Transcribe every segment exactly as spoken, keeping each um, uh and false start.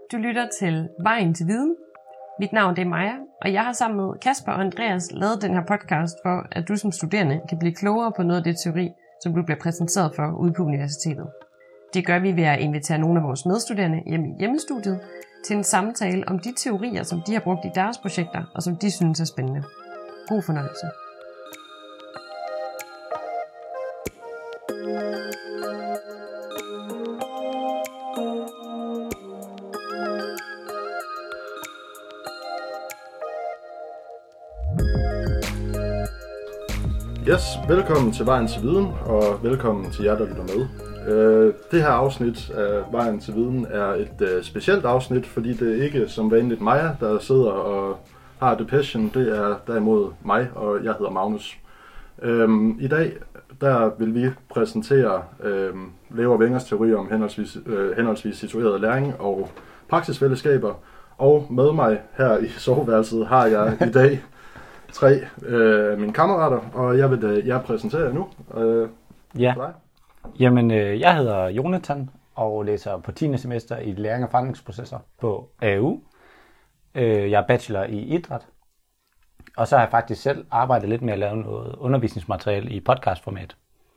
Du lytter til Vejen til Viden. Mit navn det er Maja, og jeg har sammen med Kasper og Andreas lavet den her podcast for, at du som studerende kan blive klogere på noget af det teori, som du bliver præsenteret for ude på universitetet. Det gør vi ved at invitere nogle af vores medstuderende hjem i hjemmestudiet til en samtale om de teorier, som de har brugt i deres projekter, og som de synes er spændende. God fornøjelse. Yes, velkommen til Vejen til Viden, og velkommen til jer, der lytter med. Uh, det her afsnit af Vejen til Viden er et uh, specielt afsnit, fordi det er ikke som vanligt Maja, der sidder og har depression. Det er derimod mig, og jeg hedder Magnus. Uh, I dag der vil vi præsentere uh, Leo og Wengers teori om henholdsvis, uh, henholdsvis situeret læring og praksisfællesskaber. Og med mig her i soveværelset har jeg i dag tre øh, mine kammerater, og jeg vil da jer præsentere jer nu. Øh, ja, jamen øh, jeg hedder Jonathan og læser på tiende semester i læring og forandringsprocesser på A U. Øh, jeg er bachelor i idræt, og så har jeg faktisk selv arbejdet lidt med at lave noget undervisningsmateriale i podcastformat.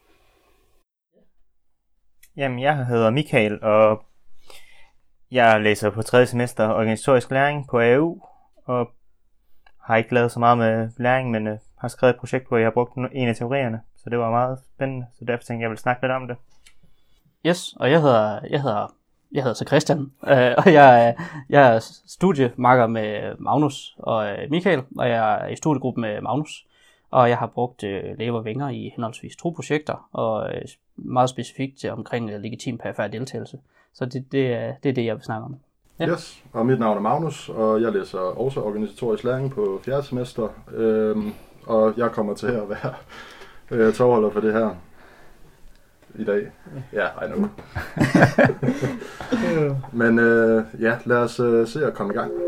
Jamen jeg hedder Michael, og jeg læser på tredje semester organisatorisk læring på A U, og har ikke lavet så meget med læring, men øh, har skrevet et projekt, hvor jeg har brugt en af teorierne, så det var meget spændende, så derfor tænkte jeg, jeg ville snakke lidt om det. Yes, og jeg hedder, jeg hedder, jeg hedder så Christian, øh, og jeg, jeg er studiemakker med Magnus og øh, Michael, og jeg er i studiegruppe med Magnus, og jeg har brugt øh, Leo og Wenger i henholdsvis to projekter, og øh, meget specifikt til omkring øh, legitim perifær deltagelse, så det, det, er, det er det, jeg vil snakke om. Ja. Yes, og mit navn er Magnus, og jeg læser også organisatorisk læring på fjerde semester, øhm, og jeg kommer til at være øh, tovholder for det her i dag. Ja, I know. Men øh, ja, lad os øh, se at komme i gang.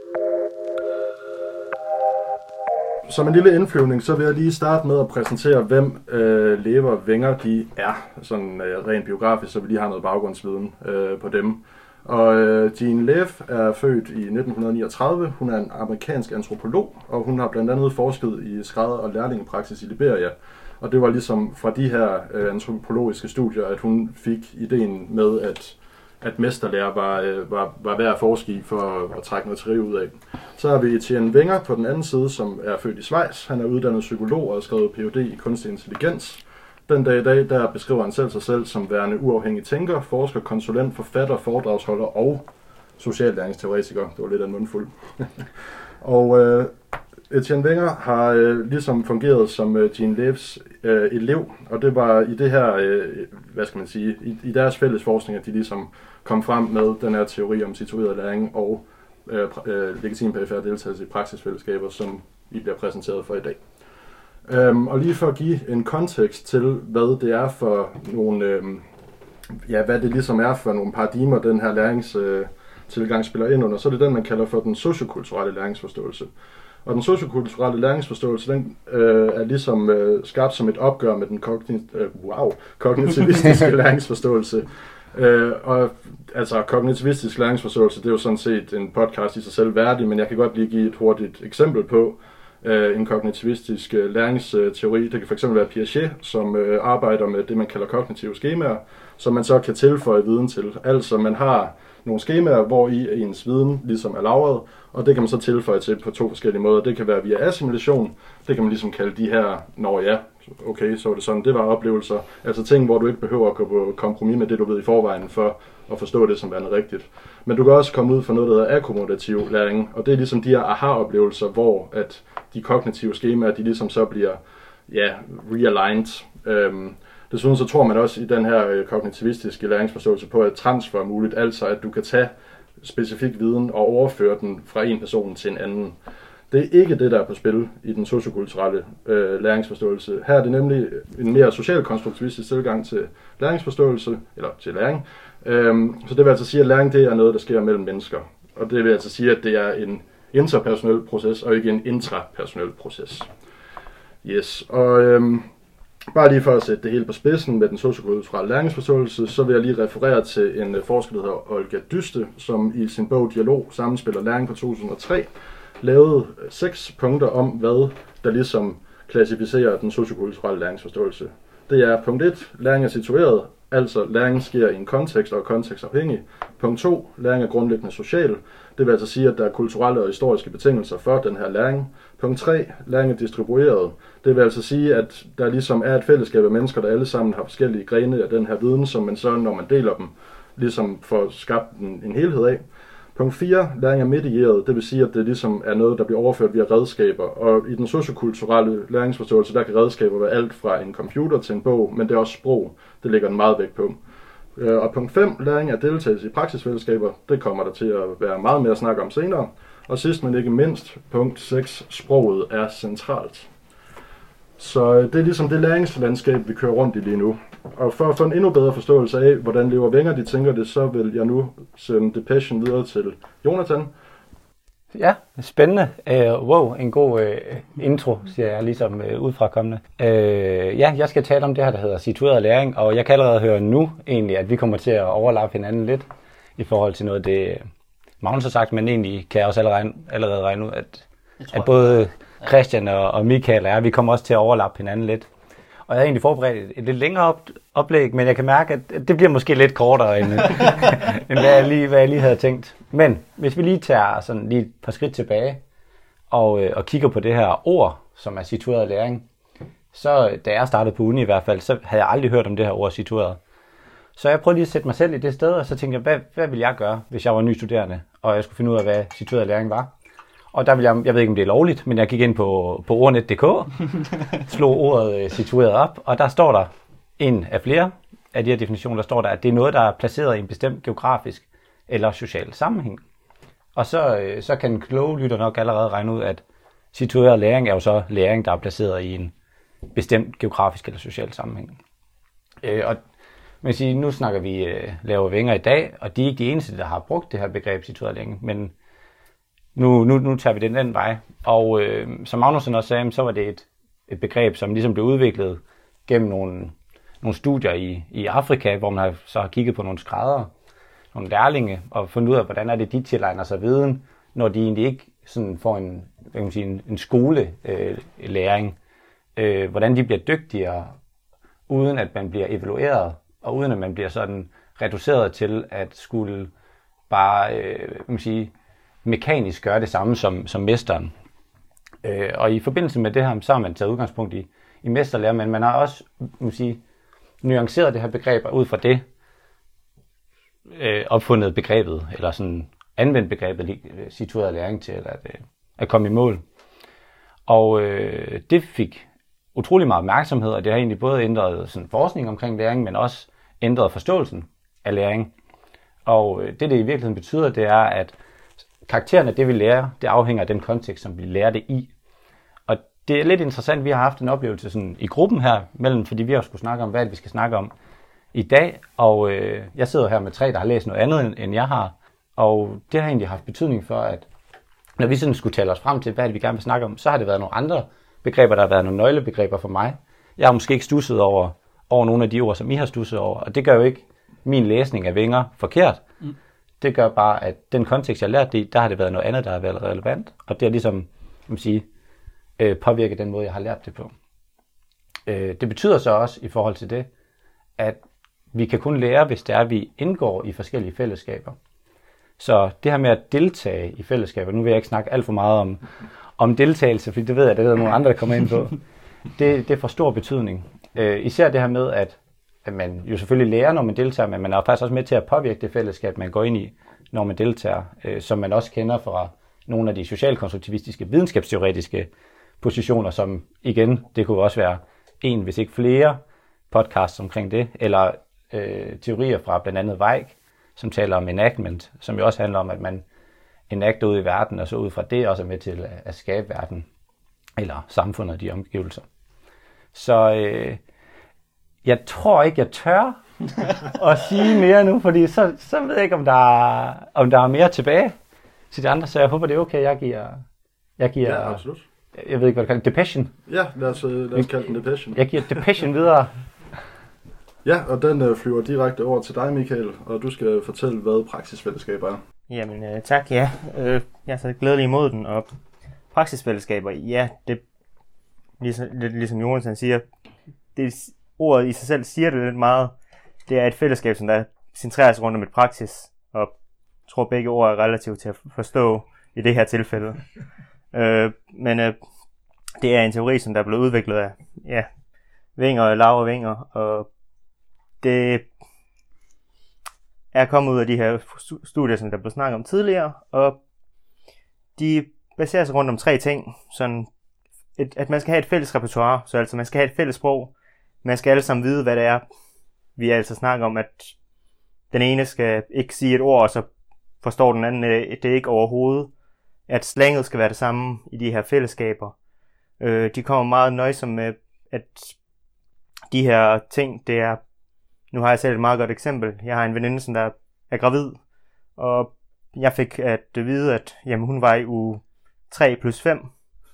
Som en lille indflyvning, så vil jeg lige starte med at præsentere, hvem øh, Leo og Wenger de er, sådan øh, rent biografisk, så vi lige har noget baggrundsviden øh, på dem. Og øh, Jean Lev er født i nitten niogtredive. Hun er en amerikansk antropolog, og hun har blandt andet forsket i skrædder- og lærlingepraksis i Liberia. Og det var ligesom fra de her øh, antropologiske studier, at hun fik ideen med, at, at mesterlærer var, øh, var, var værd at forske i for at, at trække noget teori ud af. Så har vi Etienne Wenger på den anden side, som er født i Schweiz. Han er uddannet psykolog og har skrevet P H D i kunstig intelligens. Den dag i dag, der beskriver han selv sig selv som værende uafhængig tænker, forsker, konsulent, forfatter, foredragsholder og sociallæringsteoretiker. Det var lidt af en mundfuld. og øh, Etienne Wenger har øh, ligesom fungeret som øh, Jean Levs øh, elev, og det var i det her, øh, hvad skal man sige, i, i deres fælles forskning, at de ligesom kom frem med den her teori om situeret læring og øh, øh, legitim perifær deltagelse i praksisfællesskaber, som vi bliver præsenteret for i dag. Øhm, og lige for at give en kontekst til, hvad det er for nogle, øhm, ja, hvad det ligesom er for nogle paradigmer, den her læringstilgang øh, spiller ind under, så er det den, man kalder for den sociokulturelle læringsforståelse. Og den sociokulturelle læringsforståelse, den øh, er ligesom øh, skabt som et opgør med den kogni- øh, wow, kognitivistiske læringsforståelse. Øh, og altså kognitivistisk læringsforståelse, det er jo sådan set en podcast i sig selv værdig, men jeg kan godt lige give et hurtigt eksempel på Uh, en kognitivistisk uh, læringsteori. Det kan fx være Piaget, som uh, arbejder med det, man kalder kognitive skemaer, som man så kan tilføje viden til. Altså man har nogle skemaer, hvor i ens viden ligesom er lagret, og det kan man så tilføje til på to forskellige måder. Det kan være via assimilation, det kan man ligesom kalde de her, når ja, okay, så var det sådan, det var oplevelser. Altså ting, hvor du ikke behøver at gå på kompromis med det, du ved i forvejen, for at forstå det som værende rigtigt. Men du kan også komme ud for noget, der hedder akkomodativ læring, og det er ligesom de her aha-oplevelser, hvor at de kognitive skemaer, de ligesom så bliver, ja, realigned. Øhm, desuden så tror man også i den her øh, kognitivistiske læringsforståelse på, at transfer er muligt, altså at du kan tage specifik viden og overføre den fra en person til en anden. Det er ikke det, der er på spil i den sociokulturelle øh, læringsforståelse. Her er det nemlig en mere social-konstruktivistisk tilgang til læringsforståelse, eller til læring. Øhm, så det vil altså sige, at læring det er noget, der sker mellem mennesker. Og det vil altså sige, at det er en interpersonel proces, og ikke en intrapersonel proces. Yes, og øhm, Bare lige for at sætte det hele på spidsen med den sociokulturelle læringsforståelse, så vil jeg lige referere til en forsker, der hedder Olga Dyste, som i sin bog Dialog sammenspiller læring fra to tusind og tre, lavede seks punkter om, hvad der ligesom klassificerer den sociokulturelle læringsforståelse. Det er punkt et, læring er situeret, altså læring sker i en kontekst og er kontekstafhængig. Punkt to, læring er grundlæggende social. Det vil altså sige, at der er kulturelle og historiske betingelser for den her læring. Punkt tre, læring er distribueret. Det vil altså sige, at der ligesom er et fællesskab af mennesker, der alle sammen har forskellige grene af den her viden, som man så, når man deler dem, ligesom får skabt en, en helhed af. Punkt fire, læring er medieret. Det vil sige, at det ligesom er noget, der bliver overført via redskaber. Og i den sociokulturelle læringsforståelse, der kan redskaber være alt fra en computer til en bog, men det er også sprog. Det ligger den meget vægt på. Og punkt fem, læring er deltagelse i praksisfællesskaber. Det kommer der til at være meget mere at snakke om senere. Og sidst, men ikke mindst, punkt seks, sproget er centralt. Så det er ligesom det læringslandskab, vi kører rundt i lige nu. Og for at få en endnu bedre forståelse af, hvordan Lever Wenger de tænker det, så vil jeg nu sende depechen videre til Jonathan. Ja, spændende. Uh, wow, en god uh, intro, siger jeg ligesom uh, udfrakommende. Uh, ja, jeg skal tale om det her, der hedder situeret læring, og jeg kan allerede høre nu egentlig, at vi kommer til at overlappe hinanden lidt i forhold til noget, det Magnus har sagt, men egentlig kan jeg også allerede, allerede regne ud, at, at både Christian og, og Michael er, vi kommer også til at overlappe hinanden lidt. Og jeg havde egentlig forberedt et, et lidt længere op, oplæg, men jeg kan mærke, at det bliver måske lidt kortere, end, end hvad, jeg lige, hvad jeg lige havde tænkt. Men hvis vi lige tager sådan lige et par skridt tilbage og, og kigger på det her ord, som er situeret læring, så da jeg startede på uni i hvert fald, så havde jeg aldrig hørt om det her ord situeret. Så jeg prøvede lige at sætte mig selv i det sted, og så tænkte jeg, hvad, hvad ville jeg gøre, hvis jeg var ny studerende, og jeg skulle finde ud af, hvad situeret læring var. Og der vil jeg, jeg ved ikke, om det er lovligt, men jeg gik ind på, på ordnet punktum d k, slog ordet øh, situeret op, og der står der en af flere af de her definitioner, der står der, at det er noget, der er placeret i en bestemt geografisk eller social sammenhæng. Og så, øh, så kan en kloge lytter nok allerede regne ud, at situeret læring er jo så læring, der er placeret i en bestemt geografisk eller social sammenhæng. Øh, og man siger, nu snakker vi øh, Lever Wenger i dag, og de er ikke de eneste, der har brugt det her begreb situeret læring, men Nu, nu, nu tager vi den den vej, og øh, som Magnussen også sagde, så var det et, et begreb, som ligesom blev udviklet gennem nogle, nogle studier i, i Afrika, hvor man har, så har kigget på nogle skræddere, nogle lærlinge, og fundet ud af, hvordan er det, de tilegner sig viden, når de egentlig ikke sådan får en, hvad kan man sige, en, en skolelæring. Øh, øh, hvordan de bliver dygtigere, uden at man bliver evalueret, og uden at man bliver sådan reduceret til at skulle bare, øh, hvad kan man sige, mekanisk gøre det samme som, som mesteren. Øh, og i forbindelse med det her, så har man taget udgangspunkt i, i mesterlære, men man har også må sige, nuanceret det her begreb, og ud fra det øh, opfundet begrebet, eller sådan anvendt begrebet situeret læring til at, øh, at komme i mål. Og øh, det fik utrolig meget opmærksomhed, og det har egentlig både ændret sådan, forskning omkring læring, men også ændret forståelsen af læring. Og øh, det, det i virkeligheden betyder, det er, at karaktererne, det vi lærer, det afhænger af den kontekst, som vi lærer det i. Og det er lidt interessant, vi har haft en oplevelse sådan, i gruppen her, mellem, fordi vi har skulle snakke om, hvad vi skal snakke om i dag. Og øh, jeg sidder her med tre, der har læst noget andet, end jeg har. Og det har egentlig haft betydning for, at når vi sådan skulle tale os frem til, hvad vi gerne vil snakke om, så har det været nogle andre begreber, der har været nogle nøglebegreber for mig. Jeg har måske ikke stusset over, over nogle af de ord, som I har stusset over. Og det gør jo ikke min læsning af Wenger forkert. Mm. Det gør bare, at den kontekst, jeg har lært det i, der har det været noget andet, der har været relevant. Og det har ligesom, kan man sige, øh, påvirket den måde, jeg har lært det på. Øh, det betyder så også, i forhold til det, at vi kan kun lære, hvis det er, at vi indgår i forskellige fællesskaber. Så det her med at deltage i fællesskaber, nu vil jeg ikke snakke alt for meget om, om deltagelse, fordi det ved jeg, at det er der nogle andre, der kommer ind på. Det, det får stor betydning. Øh, især det her med, at at man jo selvfølgelig lærer, når man deltager, men man er faktisk også med til at påvirke det fællesskab, man går ind i, når man deltager, øh, som man også kender fra nogle af de socialkonstruktivistiske, videnskabsteoretiske positioner, som igen, det kunne også være en, hvis ikke flere podcasts omkring det, eller øh, teorier fra blandt andet Weig, som taler om enactment, som jo også handler om, at man enacter ud i verden, og så ud fra det også er med til at, at skabe verden, eller samfundet og de omgivelser. Så øh, jeg tror ikke, jeg tør at sige mere nu, fordi så, så ved jeg ikke, om der, er, om der er mere tilbage til de andre, så jeg håber, det er okay, jeg giver, jeg giver, ja, jeg ved ikke, hvad du kalder det, depression. Ja, lad os, lad os kalde den depression. Jeg giver depression videre. Ja, og den øh, flyver direkte over til dig, Michael, og du skal fortælle, hvad praksisfællesskaber er. Jamen, øh, tak, ja. Øh, jeg er så glædelig imod den, og praksisfællesskaber, ja, det ligesom, lidt ligesom Jonas siger, det ordet i sig selv siger det lidt meget. Det er et fællesskab, som der centrerer sig rundt om et praksis, og jeg tror begge ord er relativt til at forstå i det her tilfælde. øh, men øh, det er en teori, som der er blevet udviklet af ja, Wenger og Laura Wenger, og det er kommet ud af de her studier, som der blev snakket om tidligere, og de baserer sig rundt om tre ting. Sådan et, at man skal have et fælles repertoire, så altså man skal have et fælles sprog. Man skal alle sammen vide, hvad det er. Vi har altså snakket om, at den ene skal ikke sige et ord, og så forstår den anden det ikke overhovedet. At slanget skal være det samme i de her fællesskaber. Øh, de kommer meget nøjsomme med, at de her ting, det er... Nu har jeg selv et meget godt eksempel. Jeg har en veninde, som der er gravid, og jeg fik at vide, at jamen, hun var i uge tre plus fem.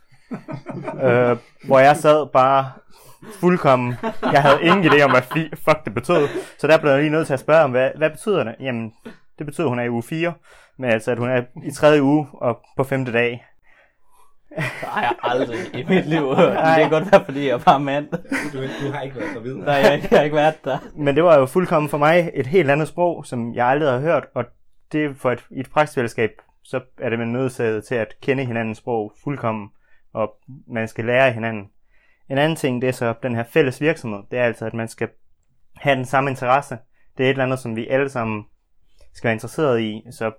øh, hvor jeg sad bare fuldkommen... Jeg havde ingen idé om, hvad fi- fuck det betød. Så der blev jeg lige nødt til at spørge om, hvad, hvad betyder det? Jamen, det betyder, at hun er i uge fire. Men altså, at hun er i tredje uge og på femte dag. Det har jeg aldrig i mit liv hørt. Det kan godt være, fordi jeg er bare mand. Du, du har ikke været gravid. Nej, jeg, jeg har ikke været der. Men det var jo fuldkommen for mig et helt andet sprog, som jeg aldrig har hørt. Og det for et, i et praksisfællesskab, så er det man nødsaget til at kende hinandens sprog fuldkommen. Og man skal lære hinanden. En anden ting, det er så den her fælles virksomhed. Det er altså, at man skal have den samme interesse. Det er et eller andet, som vi alle sammen skal være interesseret i. Så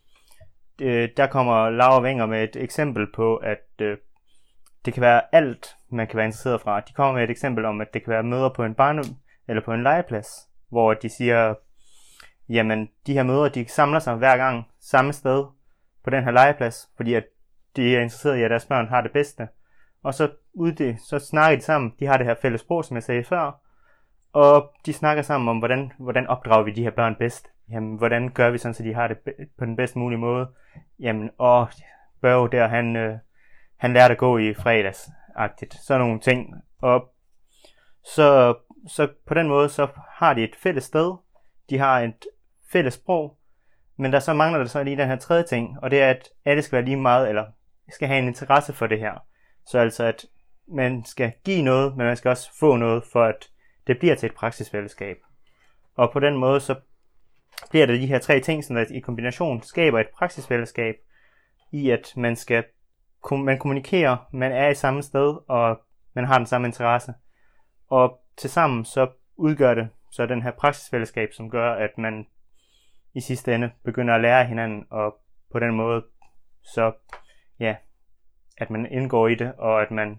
øh, der kommer Laura Wenger med et eksempel på, at øh, det kan være alt, man kan være interesseret fra. De kommer med et eksempel om, at det kan være møder på en barne eller på en legeplads, hvor de siger, jamen de her møder, de samler sig hver gang samme sted på den her legeplads, fordi at de er interesseret i, at deres børn har det bedste. Og så ude det, så snakker de sammen. De har det her fælles sprog, som jeg sagde før. Og de snakker sammen om, hvordan, hvordan opdrager vi de her børn bedst. Jamen, hvordan gør vi sådan, så de har det på den bedst mulige måde. Jamen, og Børge der, han, øh, han lærte at gå i fredags-agtigt. Sådan nogle ting. Og så, så på den måde, så har de et fælles sted. De har et fælles sprog. Men der så mangler der så lige den her tredje ting. Og det er, at alle skal være lige meget, eller skal have en interesse for det her. Så altså, at man skal give noget, men man skal også få noget, for at det bliver til et praksisfællesskab. Og på den måde, så bliver det de her tre ting, som der i kombination skaber et praksisfællesskab, i at man skal man kommunikerer, man er i samme sted, og man har den samme interesse. Og tilsammen så udgør det så den her praksisfællesskab, som gør, at man i sidste ende begynder at lære hinanden, og på den måde, så ja, at man indgår i det, og at man,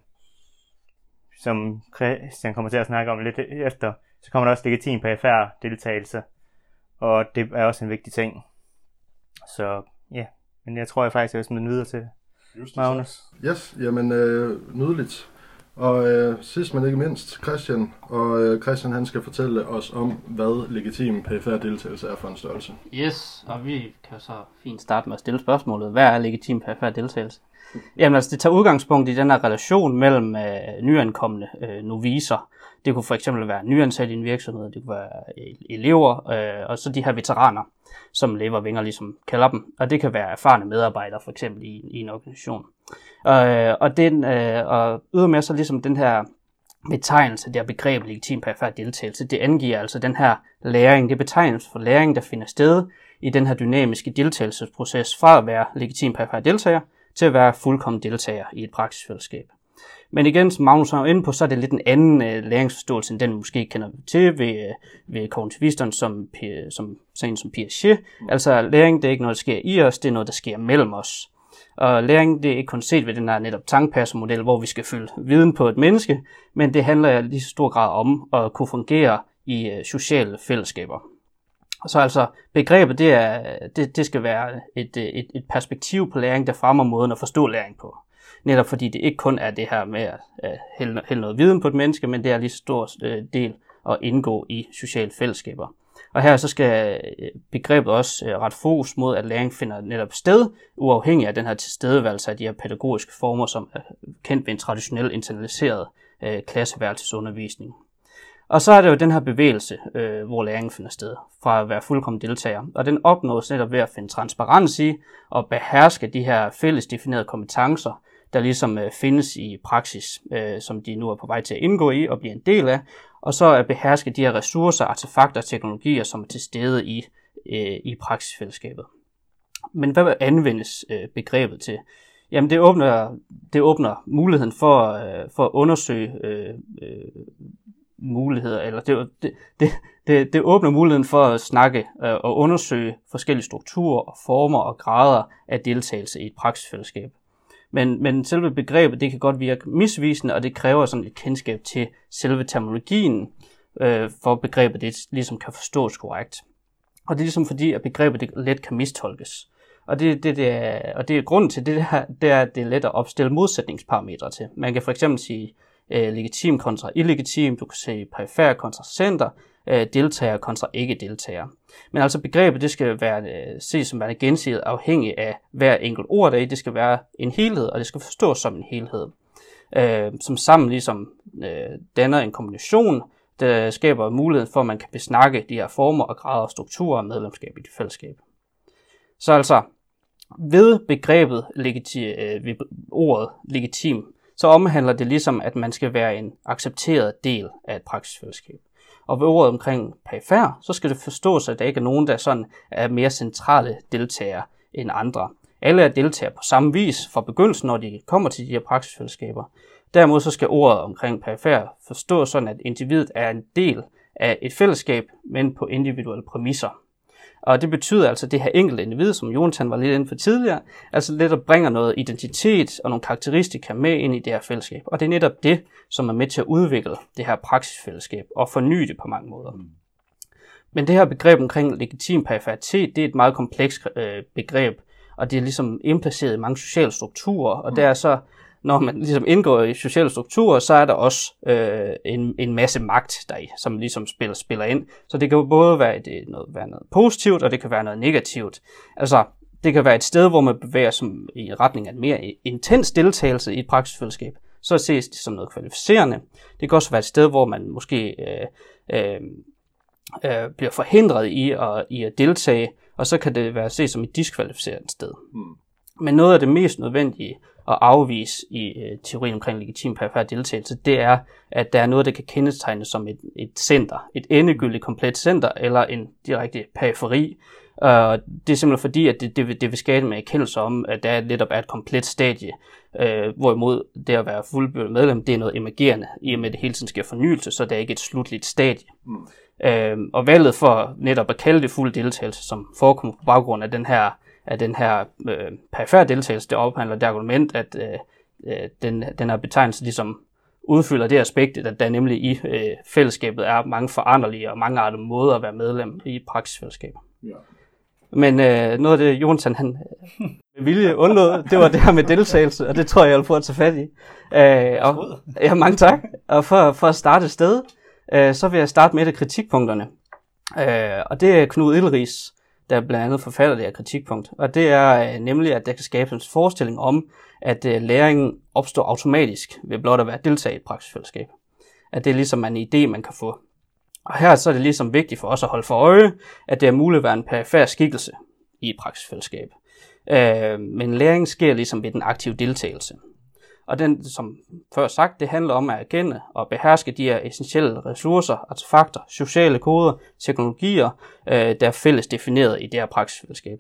som Christian kommer til at snakke om lidt efter, så kommer der også legitim P F R-deltagelse, og det er også en vigtig ting. Så ja, men jeg tror jeg faktisk, jeg vil smide den videre til Magnus. Yes, jamen øh, nydeligt. Og øh, sidst men ikke mindst, Christian. Og øh, Christian han skal fortælle os om, hvad legitim P F R-deltagelse er for en størrelse. Yes, og vi kan så fint starte med at stille spørgsmålet. Hvad er legitim P F R-deltagelse? Jamen altså, det tager udgangspunkt i den her relation mellem øh, nyankomne øh, noviser. Det kunne for eksempel være nyansat i en virksomhed, det kunne være elever, øh, og så de her veteraner, som Laura Wenger ligesom kalder dem. Og det kan være erfarne medarbejdere, for eksempel i, i en organisation. Øh, og, den, øh, og ydermere så ligesom den her betegnelse, det her begreb legitim P F R-deltagelse, det angiver altså den her læring, det betegnes for læring, der finder sted i den her dynamiske deltagelsesproces fra at være legitim P F R-deltager til at være fuldkommen deltager i et praksisfællesskab. Men igen, som Magnus er inde på, så er det lidt en anden øh, læringsforståelse, end den vi måske kender til ved, øh, ved kognitivisterne som, som, som, som Piaget. Altså læring, det er ikke noget, der sker i os, det er noget, der sker mellem os. Og læring, det er ikke kun set ved den her netop tankpersermodel, hvor vi skal fylde viden på et menneske, men det handler i lige så stor grad om at kunne fungere i øh, sociale fællesskaber. Så altså begrebet, det, er, det, det skal være et, et, et perspektiv på læring, der fremmer måden at forstå læring på. Netop fordi det ikke kun er det her med at hælde, hælde noget viden på et menneske, men det er lige så stor del at indgå i sociale fællesskaber. Og her så skal begrebet også ret fokus mod, at læring finder netop sted, uafhængig af den her tilstedeværelse af de her pædagogiske former, som er kendt ved en traditionel internaliseret øh, klasseværelsesundervisning. Og så er der jo den her bevægelse, øh, hvor læringen finder sted, fra at være fuldkommen deltager. Og den opnås netop ved at finde transparens i og beherske de her fælles definerede kompetencer, der ligesom øh, findes i praksis, øh, som de nu er på vej til at indgå i og blive en del af. Og så at beherske de her ressourcer, artefakter og teknologier, som er til stede i, øh, i praksisfællesskabet. Men hvad anvendes øh, begrebet til? Jamen det åbner, det åbner muligheden for, øh, for at undersøge øh, øh, muligheder, eller det, det, det, det, det åbner muligheden for at snakke øh, og undersøge forskellige strukturer og former og grader af deltagelse i et praksisfællesskab. Men, men selve begrebet, det kan godt virke misvisende, og det kræver sådan et kendskab til selve terminologien, øh, for begrebet det ligesom kan forstås korrekt. Og det er ligesom fordi, at begrebet det let kan mistolkes. Og det, det, det, er, og det er grunden til det her, det er, at det er let at opstille modsætningsparametre til. Man kan for eksempel sige øh, legitim kontra illegitim, du kan sige perifær kontra center, øh, deltager kontra ikke-deltager. Men altså begrebet, det skal være øh, ses som værende gensidigt afhængig af hver enkelt ord der i. Det skal være en helhed, og det skal forstås som en helhed. Øh, som sammen ligesom øh, danner en kombination, der skaber muligheden for, at man kan besnakke de her former og grader og strukturer af medlemskab i det fællesskab. Så altså, ved begrebet legiti- øh, ved ordet legitim, så omhandler det ligesom, at man skal være en accepteret del af et praksisfællesskab. Og ved ordet omkring perifær, så skal det forstås, at der ikke er nogen, der sådan er mere centrale deltagere end andre. Alle er deltagere på samme vis fra begyndelsen, når de kommer til de her praksisfællesskaber. Derimod så skal ordet omkring perifær forstås sådan, at individet er en del af et fællesskab, men på individuelle præmisser. Og det betyder altså, at det her enkelte individ, som Jonathan var lidt inde for tidligere, altså lidt at bringer noget identitet og nogle karakteristika med ind i det her fællesskab. Og det er netop det, som er med til at udvikle det her praksisfællesskab og forny det på mange måder. Men det her begreb omkring legitim periferitet, det er et meget komplekst øh, begreb, og det er ligesom indplaceret i mange sociale strukturer, og der er så, når man ligesom indgår i sociale strukturer, så er der også øh, en, en masse magt deri, som ligesom spiller, spiller ind. Så det kan jo både være, et, noget, være noget positivt, og det kan være noget negativt. Altså, det kan være et sted, hvor man bevæger sig i retning af en mere intens deltagelse i et praksisfællesskab. Så ses det som noget kvalificerende. Det kan også være et sted, hvor man måske øh, øh, øh, bliver forhindret i at, i at deltage, og så kan det være set som et diskvalificerende sted. Mm. Men noget af det mest nødvendige at afvise i øh, teorien omkring legitim perifær deltagelse, det er, at der er noget, der kan kendetegnes som et, et center, et endegyldigt komplet center, eller en direkte periferi. Uh, det er simpelthen fordi, at det, det, vil, det vil skabe med erkendelse om, at der netop er et komplet stadie, uh, hvorimod det at være fuldbyrdet medlem, det er noget emergerende, i og med det hele tiden sker fornyelse, så der er ikke et slutligt stadie. Mm. Uh, og valget for netop at kalde det fuld deltagelse, som forekommer på baggrund af den her af den her øh, perifær deltagelse, det ophandler det argument, at øh, den, den her betegnelse ligesom udfylder det aspekt, at der nemlig i øh, fællesskabet er mange foranderlige og mange andre måder at være medlem i praksisfællesskaber. Ja. Men øh, noget af det, Jonathan han med vilje undlod, det var det her med deltagelse, og det tror jeg, jeg vil få at tage fat i. Øh, og, ja, mange tak. Og for, for at starte et sted, øh, så vil jeg starte med et af kritikpunkterne. Øh, og det er Knud Ildris, der blandt andet forfatter det her kritikpunkt. Og det er øh, nemlig, at der kan skabes en forestilling om, at øh, læringen opstår automatisk ved blot at være deltager i et praksisfællesskab. At det er ligesom en idé, man kan få. Og her så er det ligesom vigtigt for os at holde for øje, at det er muligt at være en perifær skikkelse i et praksisfællesskab. Øh, men læring sker ligesom ved den aktive deltagelse. Og den, som før sagt, det handler om at erkende og beherske de her essentielle ressourcer, artefakter, sociale koder, teknologier, øh, der er fælles defineret i det her praksisfællesskab.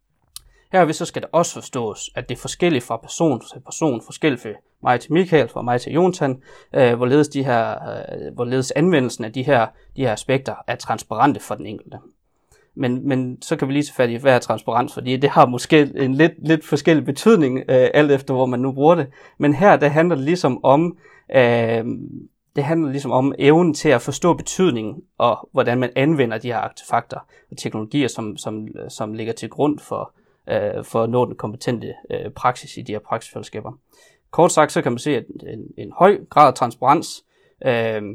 Herved så skal det også forstås, at det er forskelligt fra person til person, forskelligt fra mig til Michael, fra mig til Jonathan, øh, hvorledes, de her, øh, hvorledes anvendelsen af de her, de her aspekter er transparente for den enkelte. Men, men så kan vi lige tage fat i, hvad er transparens, fordi det har måske en lidt, lidt forskellig betydning, øh, alt efter hvor man nu bruger det. Men her, der handler det ligesom om, øh, det handler ligesom om evnen til at forstå betydningen, og hvordan man anvender de her artefakter og teknologier, som, som, som ligger til grund for, øh, for at nå den kompetente øh, praksis i de her praksisfællesskaber. Kort sagt, så kan man se, at en, en høj grad af transparens, øh,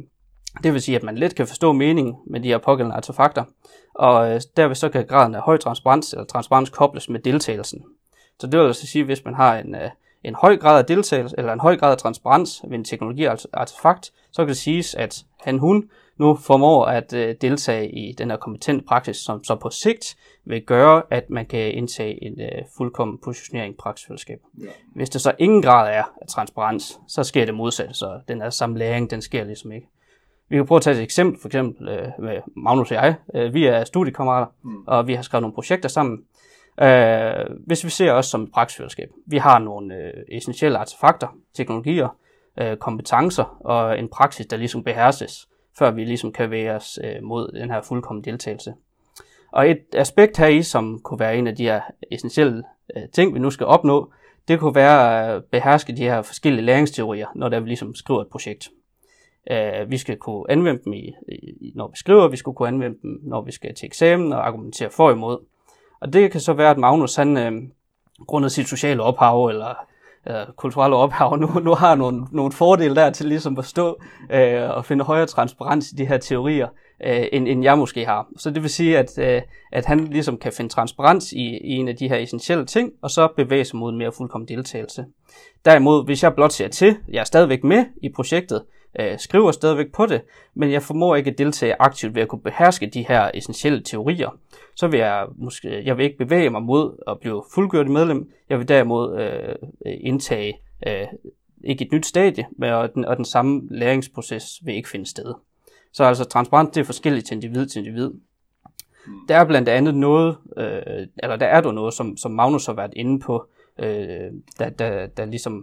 Det vil sige, at man let kan forstå meningen med de her pågældende artefakter, og øh, derved så kan graden af høj transparens eller transparens kobles med deltagelsen. Så det vil altså sige, at hvis man har en, øh, en høj grad af deltagelse eller en høj grad af transparens ved en teknologiartefakt, så kan det siges, at han hun nu formår at øh, deltage i den her kompetente praksis, som så på sigt vil gøre, at man kan indtage en øh, fuldkommen positionering i praksisfællesskab. Ja. Hvis der så ingen grad er af transparens, så sker det modsatte, så den her samme læring, den sker ligesom ikke. Vi kan prøve at tage et eksempel, for eksempel øh, med Magnus og jeg. Øh, vi er studiekammerater, mm. og vi har skrevet nogle projekter sammen. Øh, hvis vi ser os som et praksisfællesskab, vi har nogle øh, essentielle artefakter, teknologier, øh, kompetencer og en praksis, der ligesom beherses, før vi ligesom kan væge os øh, mod den her fuldkommen deltagelse. Og et aspekt heri, som kunne være en af de her essentielle øh, ting, vi nu skal opnå, det kunne være at beherske de her forskellige læringsteorier, når der vi ligesom skriver et projekt. Uh, vi skal kunne anvende dem, i, i, når vi skriver, vi skal kunne anvende dem, når vi skal til eksamen og argumentere for imod. Og det kan så være, at Magnus, han uh, grundet sit sociale ophav eller uh, kulturelle ophav, nu, nu har nogle, nogle fordele der til ligesom at stå uh, og finde højere transparens i de her teorier, uh, end, end jeg måske har. Så det vil sige, at, uh, at han ligesom kan finde transparens i, i en af de her essentielle ting, og så bevæge sig mod en mere fuldkommen deltagelse. Derimod, hvis jeg blot ser til, jeg er stadigvæk med i projektet, øh, skriver stadigvæk på det, men jeg formår ikke at deltage aktivt ved at kunne beherske de her essentielle teorier, så vil jeg måske, jeg vil ikke bevæge mig mod at blive fuldgyldigt medlem. Jeg vil derimod øh, indtage øh, ikke et nyt stadie, men og den, og den samme læringsproces vil ikke finde sted. Så altså transparent, det er forskelligt til individ til individ. Der er blandt andet noget, øh, eller der er der noget, som, som Magnus har været inde på, øh, der, der, der ligesom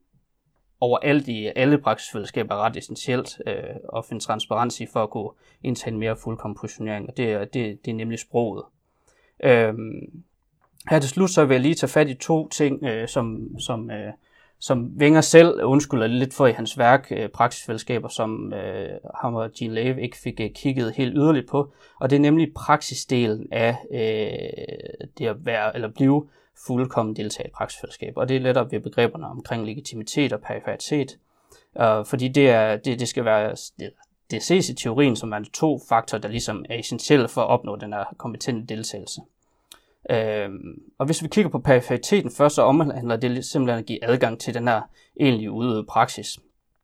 overalt i alle praksisfællesskaber er ret essentielt øh, at finde transparens i for at kunne indtage en mere fuldkommen positionering, og det er, det, det er nemlig sproget. Øh, her til slut så vil jeg lige tage fat i to ting, øh, som, som, øh, som Wenger selv undskylder lidt for i hans værk, øh, praksisfællesskaber, som øh, ham og Jean Lave ikke fik øh, kigget helt yderligt på, og det er nemlig praksisdelen af øh, det at være eller blive fuldkommen deltage i praksisfællesskab, og det er lettere ved begreberne omkring legitimitet og periferitet, uh, fordi det, er, det, det skal være, det, det ses i teorien som er to faktorer, der ligesom er essentielle for at opnå den her kompetente deltagelse. Uh, og hvis vi kigger på periferiteten først, så omhandler det simpelthen at give adgang til den her egentlige udøvede praksis.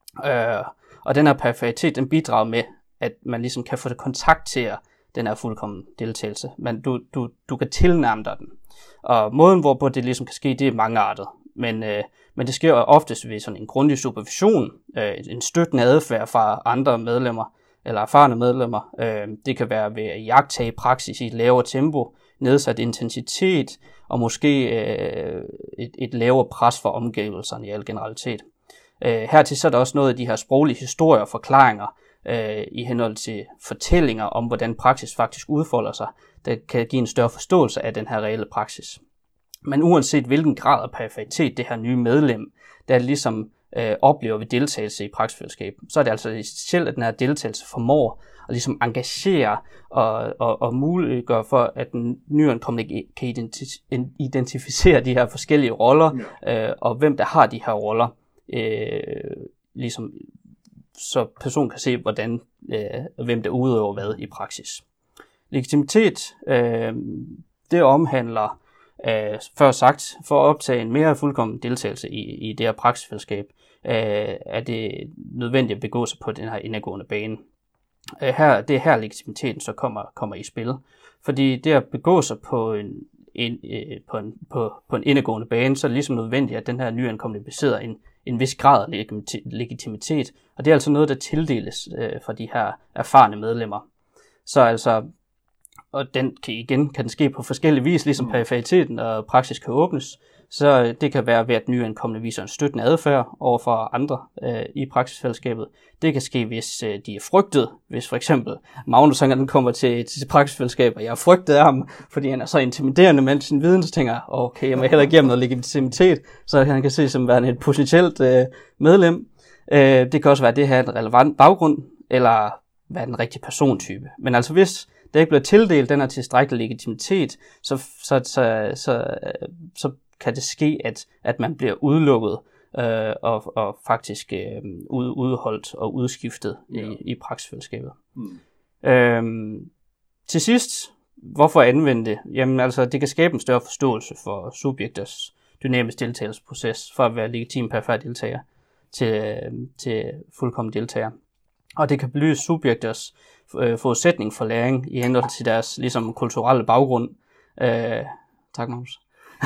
Uh, og den her periferitet, den bidrager med, at man ligesom kan få det kontakt til den her fuldkommen deltagelse, men du, du, du kan tilnærme dig den. Og måden, hvorpå det ligesom kan ske, det er mangeartet. Men, øh, men det sker oftest ved sådan en grundig supervision, øh, en støttende adfærd fra andre medlemmer, eller erfarne medlemmer. Øh, det kan være ved at iagttage praksis i et lavere tempo, nedsat intensitet, og måske øh, et, et lavere pres for omgivelserne i al generalitet. Øh, hertil så er der også noget af de her sproglige historier og forklaringer, øh, i henhold til fortællinger om, hvordan praksis faktisk udfolder sig, der kan give en større forståelse af den her reelle praksis. Men uanset hvilken grad af periferitet det her nye medlem, der ligesom øh, oplever ved deltagelse i praksisfællesskab, så er det altså essentielt, at den her deltagelse formår at ligesom engagere og, og, og muliggøre for, at den nyankomne kan identi- identificere de her forskellige roller, øh, og hvem der har de her roller, øh, ligesom, så personen kan se, hvordan, øh, hvem der udøver hvad i praksis. Legitimitet, øh, det omhandler, øh, før sagt, for at optage en mere fuldkommen deltagelse i, i det her praksisfællesskab, øh, er det nødvendigt at begå sig på den her indadgående bane. Øh, her, det er her legitimiteten så kommer, kommer i spil, fordi det at begå sig på en, en, øh, på en, på, på en indadgående bane, så er det ligesom nødvendigt, at den her nyankomne besidder en, en vis grad af legitimitet, og det er altså noget, der tildeles øh, fra de her erfarne medlemmer. Så altså, og den kan igen kan den ske på forskellige vis, ligesom periferiteten og praksis kan åbnes. Så det kan være ved, at nyankomne viser en støttende adfærd over for andre øh, i praksisfællesskabet. Det kan ske, hvis øh, de er frygtet. Hvis for eksempel Magnus han kommer til, til praksisfællesskab, og jeg er frygtet af ham, fordi han er så intimiderende med sin viden, så tænker jeg, okay, jeg må heller give ham noget legitimitet, så han kan se som værende et potentielt øh, medlem. Øh, det kan også være, at det her er en relevant baggrund, eller være en rigtig persontype. Men altså hvis der ikke bliver tildelt den her tilstrækkelig legitimitet, så, så, så, så, så kan det ske, at, at man bliver udelukket øh, og, og faktisk øh, ud, udholdt og udskiftet ja. i, i praksisfællesskabet. Mm. Øhm, til sidst, hvorfor anvende det? Jamen altså, det kan skabe en større forståelse for subjekters dynamisk deltagelsesproces for at være legitim perfær deltager til, til fuldkommen deltager. Og det kan belyse subjekters øh, forudsætning for læring i henhold til deres ligesom, kulturelle baggrund. Øh, tak, Magnus.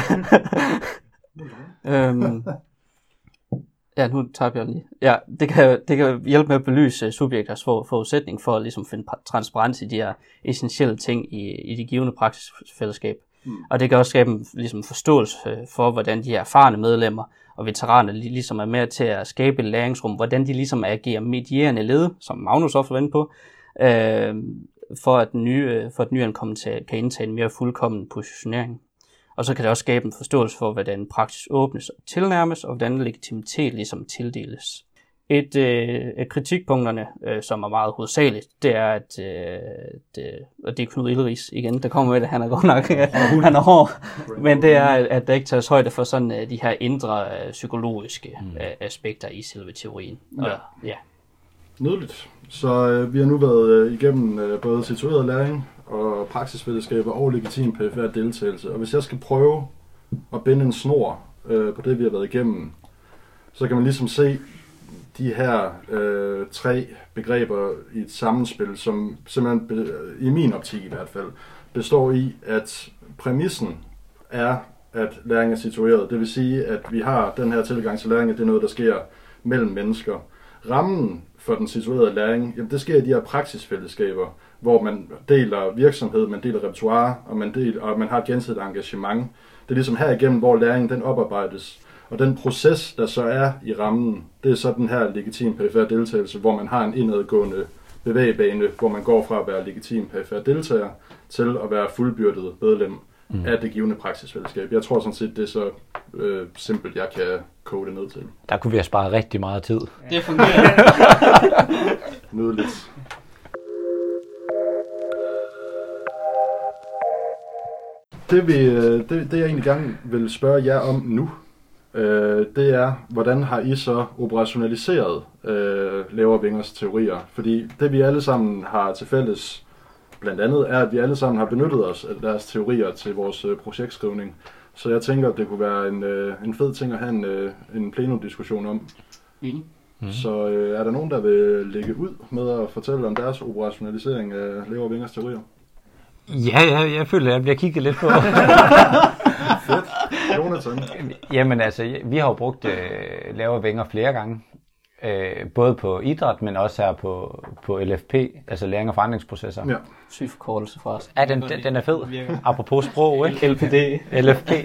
øhm, ja, nu tager jeg lige. Ja, det kan, det kan hjælpe med at belyse subjekters for, forudsætning for at ligesom, finde transparens i de her essentielle ting i, i det givende praksisfællesskab. Mm. Og det kan også skabe en ligesom, forståelse for, hvordan de her erfarne medlemmer og veteraner ligesom er med til at skabe et læringsrum, hvordan de ligesom agerer medierende led, som Magnus også var inde på, øh, for at den nye, for at nyankomne kan indtage en mere fuldkommen positionering. Og så kan det også skabe en forståelse for, hvordan praksis åbnes og tilnærmes, og hvordan legitimitet ligesom tildeles. Et øh, af kritikpunkterne, øh, som er meget hovedsageligt, det er, at øh, det, og det er Knud Ilderis igen, der kommer med det, han er godt nok, han er hård, men det er, at der ikke tages højde for sådan uh, de her indre uh, psykologiske uh, aspekter i selve teorien. Og, ja. ja. Nydeligt. Så øh, vi har nu været øh, igennem øh, både situeret læring og praksisfællesskaber og legitim perifær deltagelse. Og hvis jeg skal prøve at binde en snor øh, på det, vi har været igennem, så kan man ligesom se de her øh, tre begreber i et sammenspil, som simpelthen, be, i min optik i hvert fald, består i, at præmissen er, at læring er situeret. Det vil sige, at vi har den her tilgang til læring, at det er noget, der sker mellem mennesker. Rammen for den situerede læring, jamen det sker i de her praksisfællesskaber, hvor man deler virksomhed, man deler repertoire, og man, deler, og man har et gensidigt engagement. Det er ligesom her igennem, hvor læringen den oparbejdes. Og den proces, der så er i rammen, det er så den her legitim perifær deltagelse, hvor man har en indadgående bevægebane, hvor man går fra at være legitim perifær deltager til at være fuldbyrdet medlem mm. af det givende praksisfællesskab. Jeg tror sådan set, det er så øh, simpelt, jeg kan koge det ned til. Der kunne vi have sparet rigtig meget tid. Det fungerer. Nydeligt. Det, vi, det, det jeg egentlig gerne vil spørge jer om nu, øh, det er, hvordan har I så operationaliseret øh, Lavere Vingers teorier? Fordi det vi alle sammen har til fælles, blandt andet, er, at vi alle sammen har benyttet os af deres teorier til vores øh, projektskrivning. Så jeg tænker, at det kunne være en, øh, en fed ting at have en, øh, en plenumdiskussion om. Mm. Mm. Så øh, er der nogen, der vil lægge ud med at fortælle om deres operationalisering af Lavere Vingers teorier? Ja, ja, jeg føler, at jeg bliver kigget lidt på. Fedt. Jonathan? Jamen altså, vi har jo brugt øh, Lavere Vinger flere gange. Øh, både på idræt, men også her på, på L F P, altså læring og forandringsprocesser. Ja. Syg forkortelse for os. Ja, den, den, den er fed. Apropos sprog, ikke? L P D. L F P.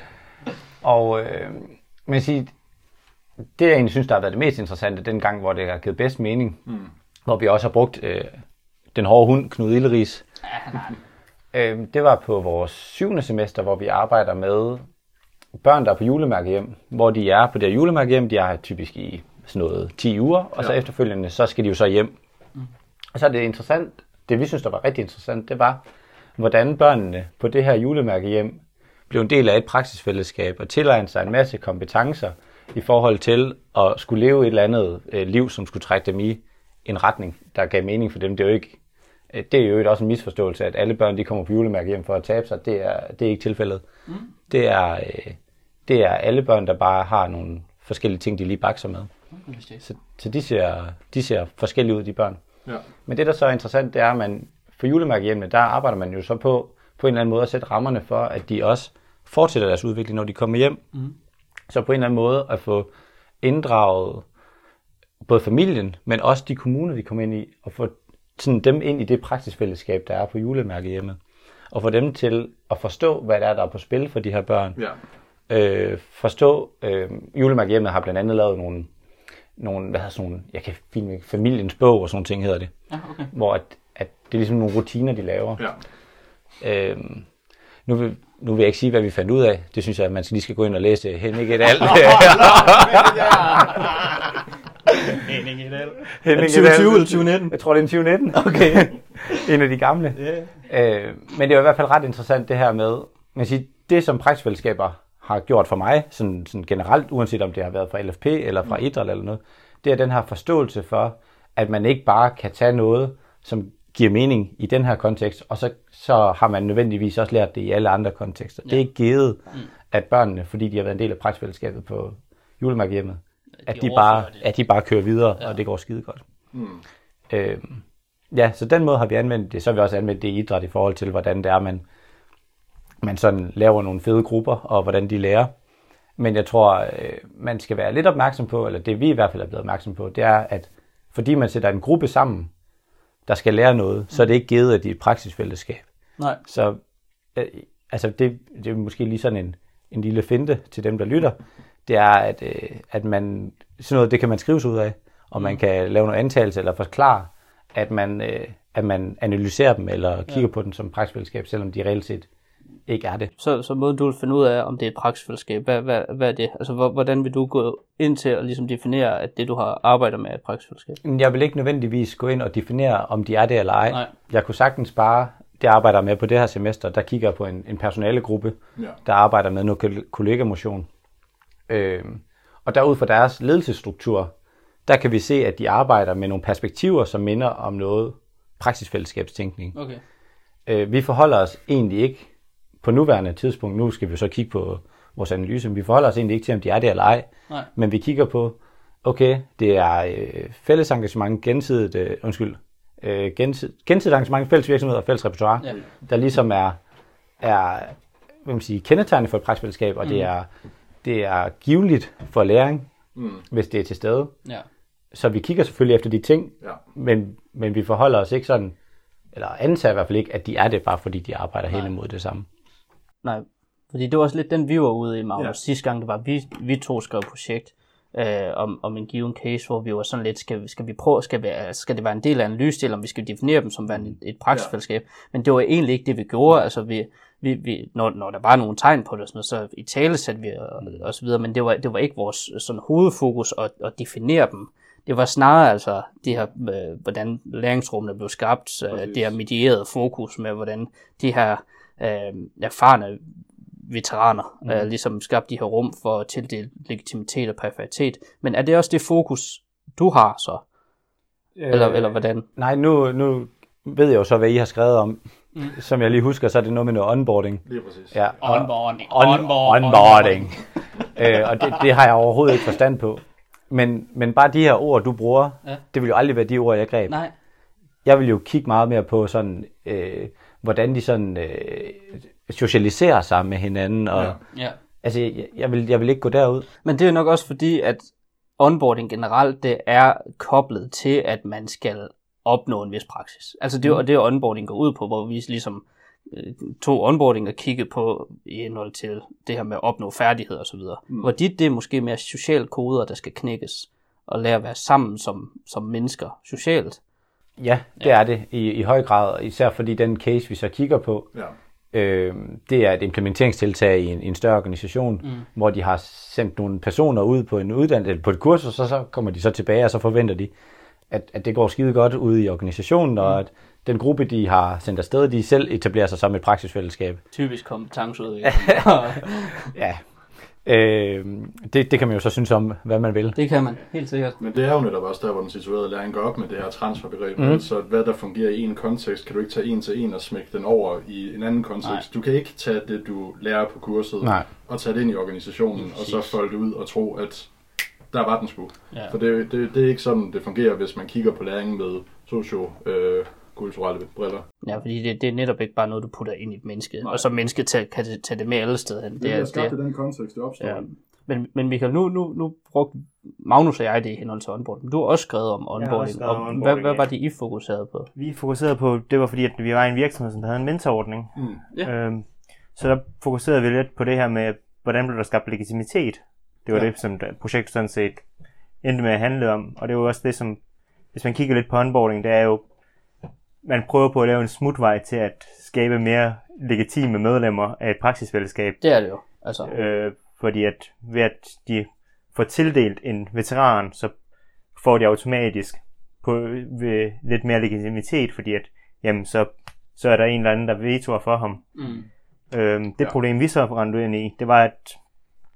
Og øh, men sige, det jeg egentlig synes, der har været det mest interessante, den gang, hvor det har givet bedst mening, mm. hvor vi også har brugt øh, den hårde hund, Knud Ilderis. øh, det var på vores syvende semester, hvor vi arbejder med børn, der er på julemærkehjem, hvor de er på det her julemærkehjem, de er typisk i sådan noget ti uger, og ja. Så efterfølgende, så skal de jo så hjem. Mm. Og så er det interessant, det vi synes, der var rigtig interessant, det var, hvordan børnene på det her julemærkehjem blev en del af et praksisfællesskab og tilegnede sig en masse kompetencer i forhold til at skulle leve et eller andet øh, liv, som skulle trække dem i en retning, der gav mening for dem. Det er jo ikke, øh, det er jo også en misforståelse, at alle børn de kommer på julemærkehjem for at tabe sig. Det er, det er ikke tilfældet. Mm. Det, er, øh, det er alle børn, der bare har nogle forskellige ting, de lige bakser med. Så, så de, ser, de ser forskellige ud, de børn. Ja. Men det, der så er interessant, det er, at man for julemærkehjemmene, der arbejder man jo så på, på en eller anden måde at sætte rammerne for, at de også fortsætter deres udvikling, når de kommer hjem. Mm. Så på en eller anden måde at få inddraget både familien, men også de kommuner, de kommer ind i, og få sådan dem ind i det praksisfællesskab, der er på julemærkehjemmet. Og få dem til at forstå, hvad der er, der er på spil for de her børn. Ja. Øh, forstå, øh, julemærkehjemmet har blandt andet lavet nogle nogle, hvad hedder sådan nogle, jeg kan filme familiens bog og sådan ting hedder det. Ja, okay. Hvor at, at det er ligesom nogle rutiner, de laver. Ja. Øhm, nu, vil, nu vil jeg ikke sige, hvad vi fandt ud af. Det synes jeg, at man lige skal gå ind og læse Henning Edal. Henning Edal. Henning tyve tyve eller tyve nitten? Jeg tror, det er en tyve nitten. Okay. En af de gamle. Yeah. Øh, men det er i hvert fald ret interessant det her med, man siger, det som praksisfællesskaber har gjort for mig, sådan, sådan generelt, uanset om det har været fra L F P eller fra mm. idræt eller noget, det er den her forståelse for, at man ikke bare kan tage noget, som giver mening i den her kontekst, og så, så har man nødvendigvis også lært det i alle andre kontekster. Ja. Det er ikke givet, mm. at børnene, fordi de har været en del af praksisfællesskabet på julemarkedhjemmet, at de, bare, at de bare kører videre, ja. Og det går skide godt. Mm. Øhm, ja, så den måde har vi anvendt det. Så har vi også anvendt det i idræt i forhold til, hvordan det er, man, man sådan laver nogle fede grupper, og hvordan de lærer. Men jeg tror, øh, man skal være lidt opmærksom på, eller det vi i hvert fald er blevet opmærksom på, det er, at fordi man sætter en gruppe sammen, der skal lære noget, mm. så er det ikke givet, at de er et praksisfællesskab. Nej. Så øh, altså det, det er måske lige sådan en, en lille finte til dem, der lytter. Det er, at, øh, at man, sådan noget, det kan man skrive sig ud af, og man kan lave nogle antagelse eller forklare, at man, øh, at man analyserer dem eller kigger ja. På dem som praksisfællesskab, selvom de reelt set ikke er det. Så, så måden du vil finde ud af, om det er et praksisfællesskab, hvad, hvad, hvad er det? Altså, hvordan vil du gå ind til at ligesom definere, at det du har arbejdet med er et praksisfællesskab? Jeg vil ikke nødvendigvis gå ind og definere, om de er det eller ej. Nej. Jeg kunne sagtens bare, det arbejder med på det her semester, der kigger på en, en personalegruppe, ja. Der arbejder med noget kollegamotion. Øhm, og derud fra deres ledelsesstruktur, der kan vi se, at de arbejder med nogle perspektiver, som minder om noget praksisfællesskabstænkning. Okay. Øh, vi forholder os egentlig ikke på nuværende tidspunkt, nu skal vi så kigge på vores analyse, men vi forholder os egentlig ikke til, om de er det eller ej. Nej. Men vi kigger på, okay, det er øh, fælles engagement, gensidigt, øh, undskyld, øh, gensidigt, gensidigt engagement, fælles virksomhed og fælles repertoire, ja. Der ligesom er, er hvad man siger, kendetegnende for et praksisfællesskab, og mm. det er det er giveligt for læring, mm. hvis det er til stede. Ja. Så vi kigger selvfølgelig efter de ting, ja. men, men vi forholder os ikke sådan, eller antager i hvert fald ikke, at de er det, bare fordi de arbejder hen imod det samme. Nej, fordi det var også lidt den, vi var ude i, Magnus. Ja. Sidste gang, det var, vi, vi to skrev et projekt øh, om, om en given case, hvor vi var sådan lidt, skal, skal vi prøve, skal, vi, skal det være en del af en analyse, eller om vi skal definere dem som værende et, et praksisfællesskab. Ja. Men det var egentlig ikke det, vi gjorde. Altså, vi, vi, vi, når, når der var nogle tegn på det, sådan noget, så i tale satte vi og, og så videre, men det var, det var ikke vores sådan, hovedfokus at, at definere dem. Det var snarere altså det her, øh, hvordan læringsrummene blev skabt, øh, det her medierede fokus med, hvordan de her øh, erfarne veteraner mm. øh, ligesom skabte de her rum for at tildele legitimitet og periferitet. Men er det også det fokus, du har så? Øh, eller, eller hvordan? Nej, nu, nu ved jeg jo så, hvad I har skrevet om. Mm. Som jeg lige husker, så er det noget med noget onboarding. Lige præcis. Ja, onboarding. On, onboarding. onboarding. øh, og det, det har jeg overhovedet ikke forstand på. Men, men bare de her ord, du bruger, ja. Det vil jo aldrig være de ord, jeg greb. Nej. Jeg vil jo kigge meget mere på sådan, øh, hvordan de sådan øh, socialiserer sig med hinanden. Og, ja. Ja. Altså, jeg, jeg, vil, jeg vil ikke gå derud. Men det er jo nok også fordi, at onboarding generelt, det er koblet til, at man skal opnå en vis praksis. Altså det er mm. det, onboarding går ud på, hvor vi ligesom øh, tog onboarding og kiggede på i henhold til det her med at opnå færdigheder og så videre. Mm. Hvor dit det er måske mere sociale koder, der skal knækkes og lære at være sammen som, som mennesker socialt. Ja, det ja. er det i, i høj grad, især fordi den case, vi så kigger på, ja. øh, det er et implementeringstiltag i en, en større organisation, mm. hvor de har sendt nogle personer ud på en uddannelse, på et kursus, og så, så kommer de så tilbage, og så forventer de, At, at det går skide godt ude i organisationen, og at den gruppe, de har sendt afsted, de selv etablerer sig som et praksisfællesskab. Typisk kompetenceudvikling. ja. Øh, det, det kan man jo så synes om, hvad man vil. Det kan man, helt sikkert. Men det er jo netop også der, hvor den situerede læring går op med det her transferbegreb. Mm. Så hvad der fungerer i en kontekst, kan du ikke tage en til en og smække den over i en anden kontekst. Nej. Du kan ikke tage det, du lærer på kurset, Nej. og tage det ind i organisationen, Præcis. og så folde det ud og tro, at der var den sgu. Ja. For det, det, det er ikke sådan, det fungerer, hvis man kigger på læringen med socio-kulturelle øh, briller. Ja, fordi det, det er netop ikke bare noget, du putter ind i et menneske, Nej. og så mennesket tager, kan tage det med alle steder hen. Det, det er skabt i den kontekst, det opstår. Ja. Men, men Michael, nu, nu, nu brugte Magnus og jeg det i henhold til onboarding. Du har også skrevet om onboarding. Og onboarding, hvad, hvad var det, I fokuserede på? Vi fokuserede på, det var fordi, at vi var en virksomhed, som havde en mentorordning. Mm. Ja. Øhm, så der fokuserede vi lidt på det her med, hvordan blev der skabt legitimitet. Det var ja. det, som projektet sådan set endte med at handle om. Og det var også det, som, hvis man kigger lidt på onboarding, det er jo, man prøver på at lave en smutvej til at skabe mere legitime medlemmer af et praksisfællesskab. Det er det jo. Altså. Øh, fordi at ved at de får tildelt en veteran, så får de automatisk på, ved lidt mere legitimitet, fordi at, jamen, så, så er der en eller anden, der vetoer for ham. Mm. Øh, det ja. problem, vi så rendte ind i, det var, at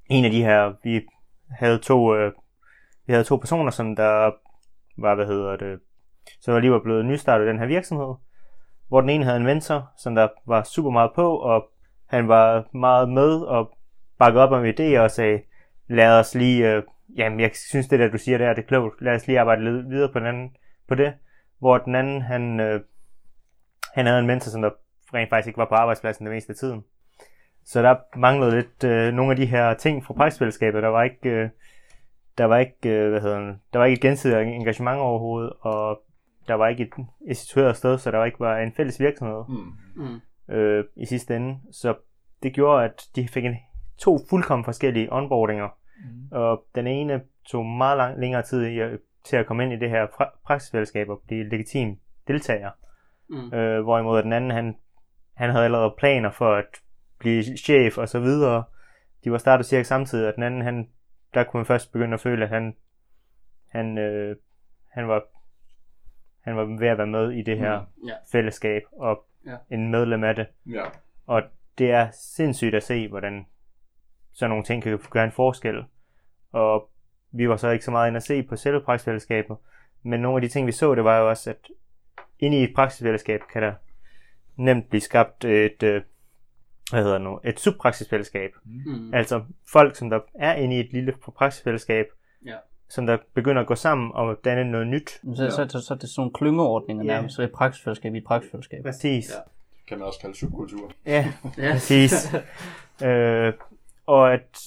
en af de her, vi havde to, øh, vi havde to personer, som der var, hvad hedder det, så var lige var blevet nystartet i den her virksomhed, hvor den ene havde en mentor, som der var super meget på, og han var meget med og bakkede op om idéer og sagde, lad os lige, øh, jamen jeg synes det der du siger der, det er klogt, lad os lige arbejde lidt videre på den anden, på det, hvor den anden, han, øh, han havde en mentor, som der rent faktisk ikke var på arbejdspladsen det meste af tiden. Så der manglede lidt øh, nogle af de her ting fra praksisfællesskabet. Der var ikke, øh, der var ikke, øh, hvad hedder det, der var ikke et gensidigt engagement overhovedet, og der var ikke et institueret sted, så der var ikke var en fælles virksomhed mm. øh, i sidste ende. Så det gjorde, at de fik en, to fuldkommen forskellige onboardinger, mm. og den ene tog meget lang, længere tid i, til at komme ind i det her pra- praksisfællesskab og blive legitim deltager. Mm. Øh, hvorimod den anden, han, han havde allerede planer for at blive chef og så videre. De var startet cirka samtidig, og den anden, han, der kunne man først begynde at føle, at han, han, øh, han, var, han var ved at være med i det her mm. yeah. fællesskab, og yeah. en medlem af det. Yeah. Og det er sindssygt at se, hvordan sådan nogle ting kan gøre en forskel. Og vi var så ikke så meget inde at se på selve praksisfællesskabet, men nogle af de ting, vi så, det var jo også, at inde i et praksisfællesskab kan der nemt blive skabt et, øh, hvad hedder det nu, et subpraksisfællesskab. Mm. Altså folk, som der er inde i et lille praksisfællesskab, ja. som der begynder at gå sammen og danne noget nyt. Så, ja. så, så, så er det sådan nogle klyngeordninger ja. nærmest, så det er et praksisfællesskab i et praksisfællesskab. Præcis. Ja. Kan man også kalde subkultur. Ja, ja. præcis. øh, og at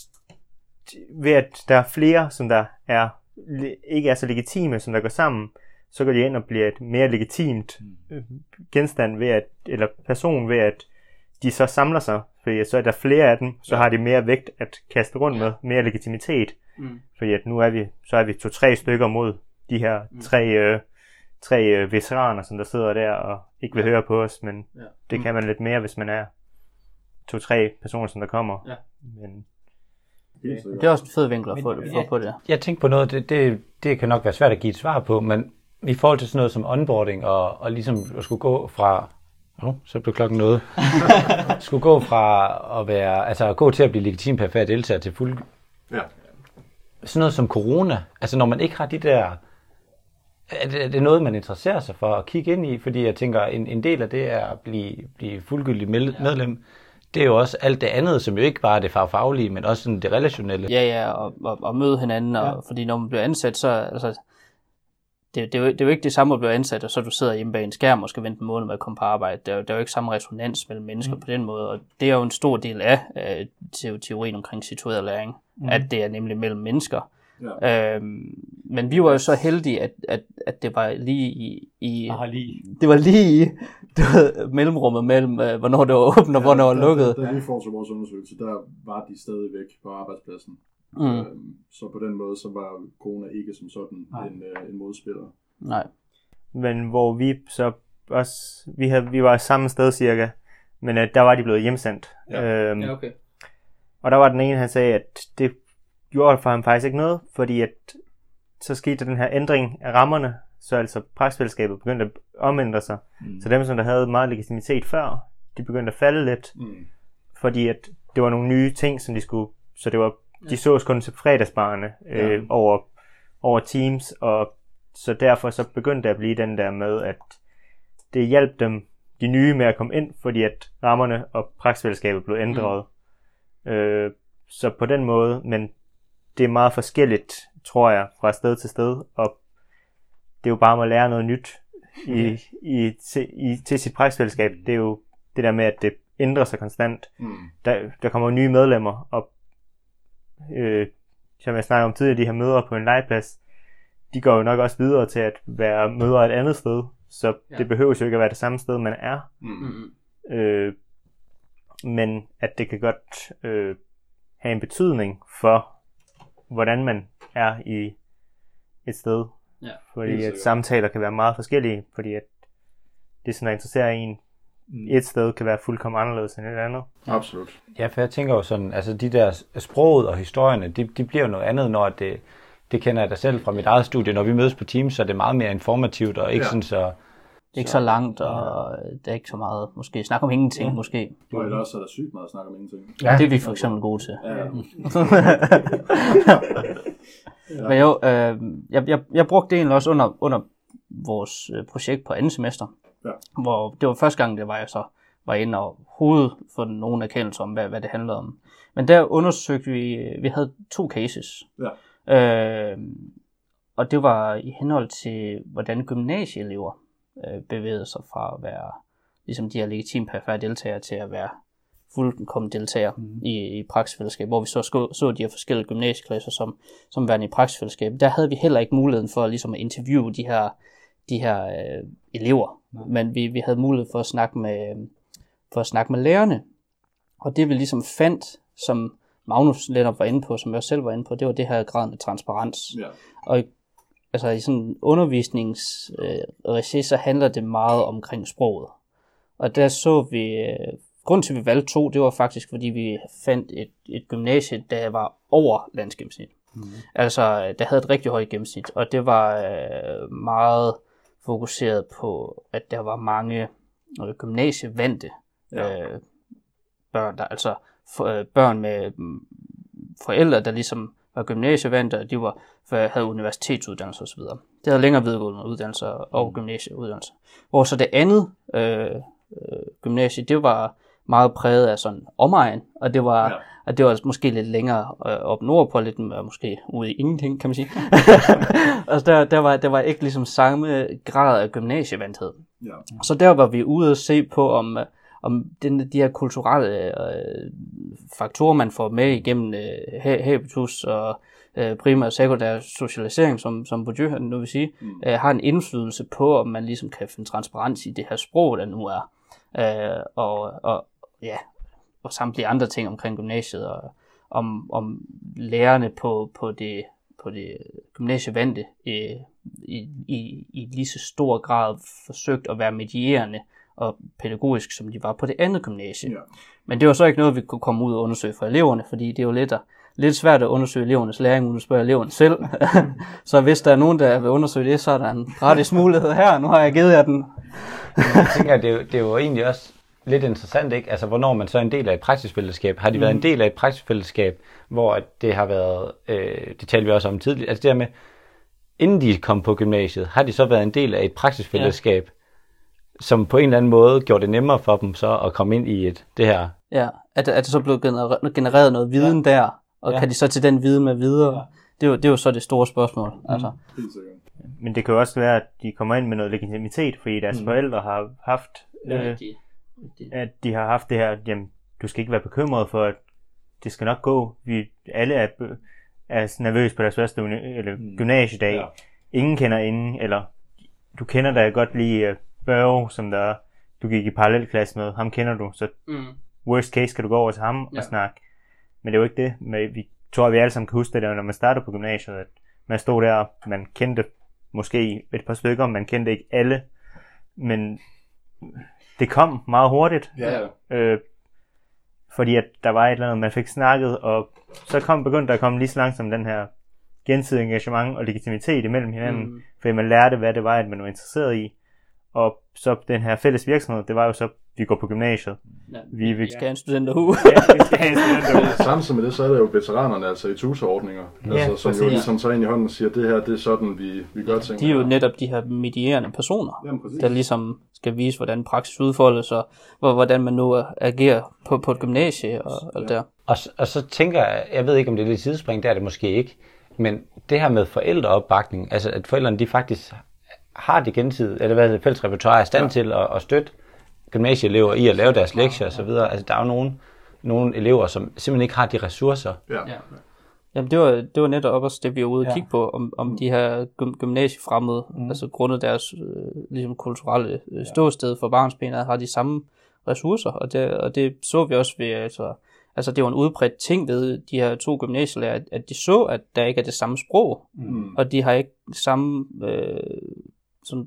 ved at der er flere, som der er ikke er så legitime, som der går sammen, så går de ind og bliver et mere legitimt genstand ved at, eller person ved at de så samler sig, fordi så er der flere af dem, så ja. har de mere vægt at kaste rundt med, mere legitimitet, mm. fordi at nu er vi, så er vi to-tre stykker mod de her mm. tre, øh, tre øh, veteraner, som der sidder der og ikke vil ja. høre på os, men ja. det mm. kan man lidt mere, hvis man er to-tre personer, som der kommer. Ja. Men det er også en fed vinkel at få, men, få på det. Jeg tænkte på noget, det, det, det kan nok være svært at give et svar på, men i forhold til sådan noget som onboarding, og, og ligesom at skulle gå fra, oh, så blev klokken noget, skulle gå fra at være, altså at gå til at blive legitim perfekt deltager til fuld, ja. sådan noget som corona, altså når man ikke har de der, er det, er det noget, man interesserer sig for at kigge ind i, fordi jeg tænker, en, en del af det er at blive, blive fuldgyldig medlem, det er jo også alt det andet, som jo ikke bare er det fagfaglige, men også sådan det relationelle. Ja, ja, og, og, og møde hinanden, og, ja. fordi når man bliver ansat, så altså, det, det, er jo, det er jo ikke det samme at blive ansat, og så du sidder hjemme bag en skærm og skal vente en måned med at komme på arbejde. Der er jo, der er jo ikke samme resonans mellem mennesker mm. på den måde, og det er jo en stor del af øh, teorien omkring situeret læring, mm. at det er nemlig mellem mennesker. Ja. Øhm, men vi var jo så heldige, at, at, at det var lige i, i Aha, lige. det var lige i det var mellemrummet mellem, øh, hvornår det var åbent og ja, hvornår det var lukket. Da, da vi får til vores undersøgelse, der var de stadig væk på arbejdspladsen. Mm. Øhm, så på den måde, så var corona ikke som sådan en, øh, en modspiller. Nej. Men hvor vi så også, vi, havde, vi var samme sted cirka, men øh, der var de blevet hjemsendt. Ja. Øhm, ja, okay. Og der var den ene, han sagde, at det gjorde for ham faktisk ikke noget, fordi at så skete den her ændring af rammerne, så altså praksisfællesskabet begyndte at omændre sig. Mm. Så dem, som der havde meget legitimitet før, de begyndte at falde lidt, mm. fordi at det var nogle nye ting, som de skulle, så det var, de sås kun til fredagsbarne øh, ja. over, over Teams, og så derfor så begyndte det at blive den der med, at det hjalp dem, de nye med at komme ind, fordi at rammerne og praksisfællesskabet blev ændret. Mm. Øh, så på den måde, men det er meget forskelligt, tror jeg, fra sted til sted, og det er jo bare med at lære noget nyt i, i, til, i, til sit praksisfællesskab. Det er jo det der med, at det ændrer sig konstant. Mm. Der, der kommer nye medlemmer, og øh, som jeg snakker om tidligere, de her møder på en legeplads, de går jo nok også videre til at være møder et andet sted, så ja. det behøver jo ikke at være det samme sted, man er. Mm. Øh, men at det kan godt øh, have en betydning for, hvordan man er i et sted. Ja, fordi at samtaler kan være meget forskellige, fordi at det, som der interesserer en mm. et sted, kan være fuldkommen anderledes end et andet. Absolut. Ja, for jeg tænker jo sådan, altså de der sproget og historierne, de, de bliver jo noget andet, når det, det kender jeg da selv fra mit eget studie. Når vi mødes på Teams, så er det meget mere informativt, og ikke ja. sådan så, Det er ikke så langt, og der er ikke så meget, måske snak om ingenting, ja. måske. Og ellers så er der sygt meget at snakke om ingenting. Ja. Det er vi for eksempel gode til. Ja. Ja. Men jo, øh, jeg, jeg, jeg brugte det egentlig også under, under vores projekt på andet semester, ja. hvor det var første gang, det var jeg så var inde og hovedet for nogen erkendelse om, hvad, hvad det handlede om. Men der undersøgte vi, vi havde to cases, ja. øh, og det var i henhold til, hvordan gymnasieelever øh, bevægede sig fra at være ligesom de her legitime perfekte deltagere til at være fuldkommen deltagere mm. i, i praksisfællesskab, hvor vi så så de her forskellige gymnasieklasser som, som værende i praksisfællesskab. Der havde vi heller ikke muligheden for ligesom at interviewe de her, de her øh, elever, mm. men vi, vi havde mulighed for at snakke med, for at snakke med lærerne. Og det vi ligesom fandt, som Magnus netop var inde på, som jeg selv var inde på, det var det her graden af transparens. Ja. Og altså i sådan undervisningsregi, øh, så handler det meget omkring sproget. Og der så vi, øh, grunden til at vi valgte to, det var faktisk fordi vi fandt et, et gymnasie, der var over landsgennemsnit. Mm. Altså der havde et rigtig højt gennemsnit, og det var øh, meget fokuseret på, at der var mange øh, gymnasievante ja. øh, børn, der, altså for, øh, børn med mm, forældre, der ligesom var gymnasievante, og de var, havde universitetsuddannelser osv. Det havde længere videregående uddannelser og gymnasieuddannelser. Hvor så det andet øh, øh, gymnasie, det var meget præget af sådan omegn, og det var, ja. at det var måske lidt længere øh, op nordpå, lidt måske ude i ingenting, kan man sige. Altså der, der, var, der var ikke ligesom samme grad af gymnasievandthed. Ja. Så der var vi ude at se på, om om den, de her kulturelle øh, faktorer, man får med igennem øh, habitus og øh, primær og sekundær socialisering, som, som Bourdieu nu vil sige, mm. øh, har en indflydelse på, om man ligesom kan finde transparens i det her sprog, der nu er. Øh, og, og, ja, og samtlige andre ting omkring gymnasiet, og om, om lærerne på, på det, på det gymnasievante øh, i, i, i lige så stor grad forsøgt at være medierende og pædagogisk, som de var på det andet gymnasie. Ja. Men det var så ikke noget, vi kunne komme ud og undersøge for eleverne, fordi det er jo lidt, lidt svært at undersøge elevernes læring, uden at spørge eleverne selv. Så hvis der er nogen, der vil undersøge det, så er der en gratis mulighed her. Nu har jeg givet jer den. Jeg tænker, det er, jo, det er jo egentlig også lidt interessant, ikke? Altså, hvornår man så er en del af et praksisfællesskab. Har de mm. været en del af et praksisfællesskab, hvor det har været, øh, det talte vi også om tidligere, altså det der med, inden de kom på gymnasiet, har de så været en del af et praksisfællesskab, ja. som på en eller anden måde gjorde det nemmere for dem så at komme ind i et, det her. Ja, at, at der så blev genereret noget viden ja. der, og ja. kan de så til den viden med videre? Ja. Det, er jo, det er jo så det store spørgsmål. Mm. Altså. Men det kan jo også være, at de kommer ind med noget legitimitet, fordi deres mm. forældre har haft, øh, ja, de, de. at de har haft det her, jamen, du skal ikke være bekymret for, at det skal nok gå. Vi alle er, er nervøse på deres første eller mm. gymnasiedag. Ja. Ingen kender ingen, eller du kender da godt lige uh, Børge, som der du gik i parallelklasse med, ham kender du, så mm. worst case kan du gå over til ham ja. og snakke. Men det er jo ikke det. Men vi tror, at vi alle sammen kan huske det der, når man startede på gymnasiet, at man stod der, man kendte måske et par stykker, man kendte ikke alle, men det kom meget hurtigt. Ja. Øh, fordi at der var et eller andet, man fik snakket, og så kom, begyndte der at komme lige så langsomt den her gensidig engagement og legitimitet imellem hinanden, mm. fordi man lærte, hvad det var, at man var interesseret i. Og så den her fælles virksomhed, det var jo så, vi går på gymnasiet. Ja, vi, vi skal have en studenterhue. Ja, vi skal have en studenterhue. Samtidig med det, så er der jo veteranerne, altså i tutorordninger, ja, altså, som præcis. jo ligesom tager ind i hånden og siger, at det her, det er sådan, vi, vi gør ting. De er jo netop de her medierende personer, jamen, der ligesom skal vise, hvordan praksis udfoldes, og hvordan man nu agerer på, på et gymnasie og alt ja. der. Og, og så tænker jeg, jeg ved ikke, om det er lidt sidespring, der er det måske ikke, men det her med forældreopbakning, altså at forældrene, de faktisk har det gensidigt, eller hvad det fælles repertoire er i stand ja. til at, at støtte gymnasieelever i at lave deres lektier og så videre. Altså der er jo nogle, nogle elever, som simpelthen ikke har de ressourcer. Ja. Ja. Jamen det var, det var netop også det, vi var ude og kigge på, om, om de her gym- gymnasiefremmede, mm. altså grundet deres øh, ligesom kulturelle øh, ståsted for barnsbenet, har de samme ressourcer, og det, og det så vi også ved, altså, altså det var en udbredt ting ved de her to gymnasielærer, at de så, at der ikke er det samme sprog, mm. og de har ikke samme øh, sådan,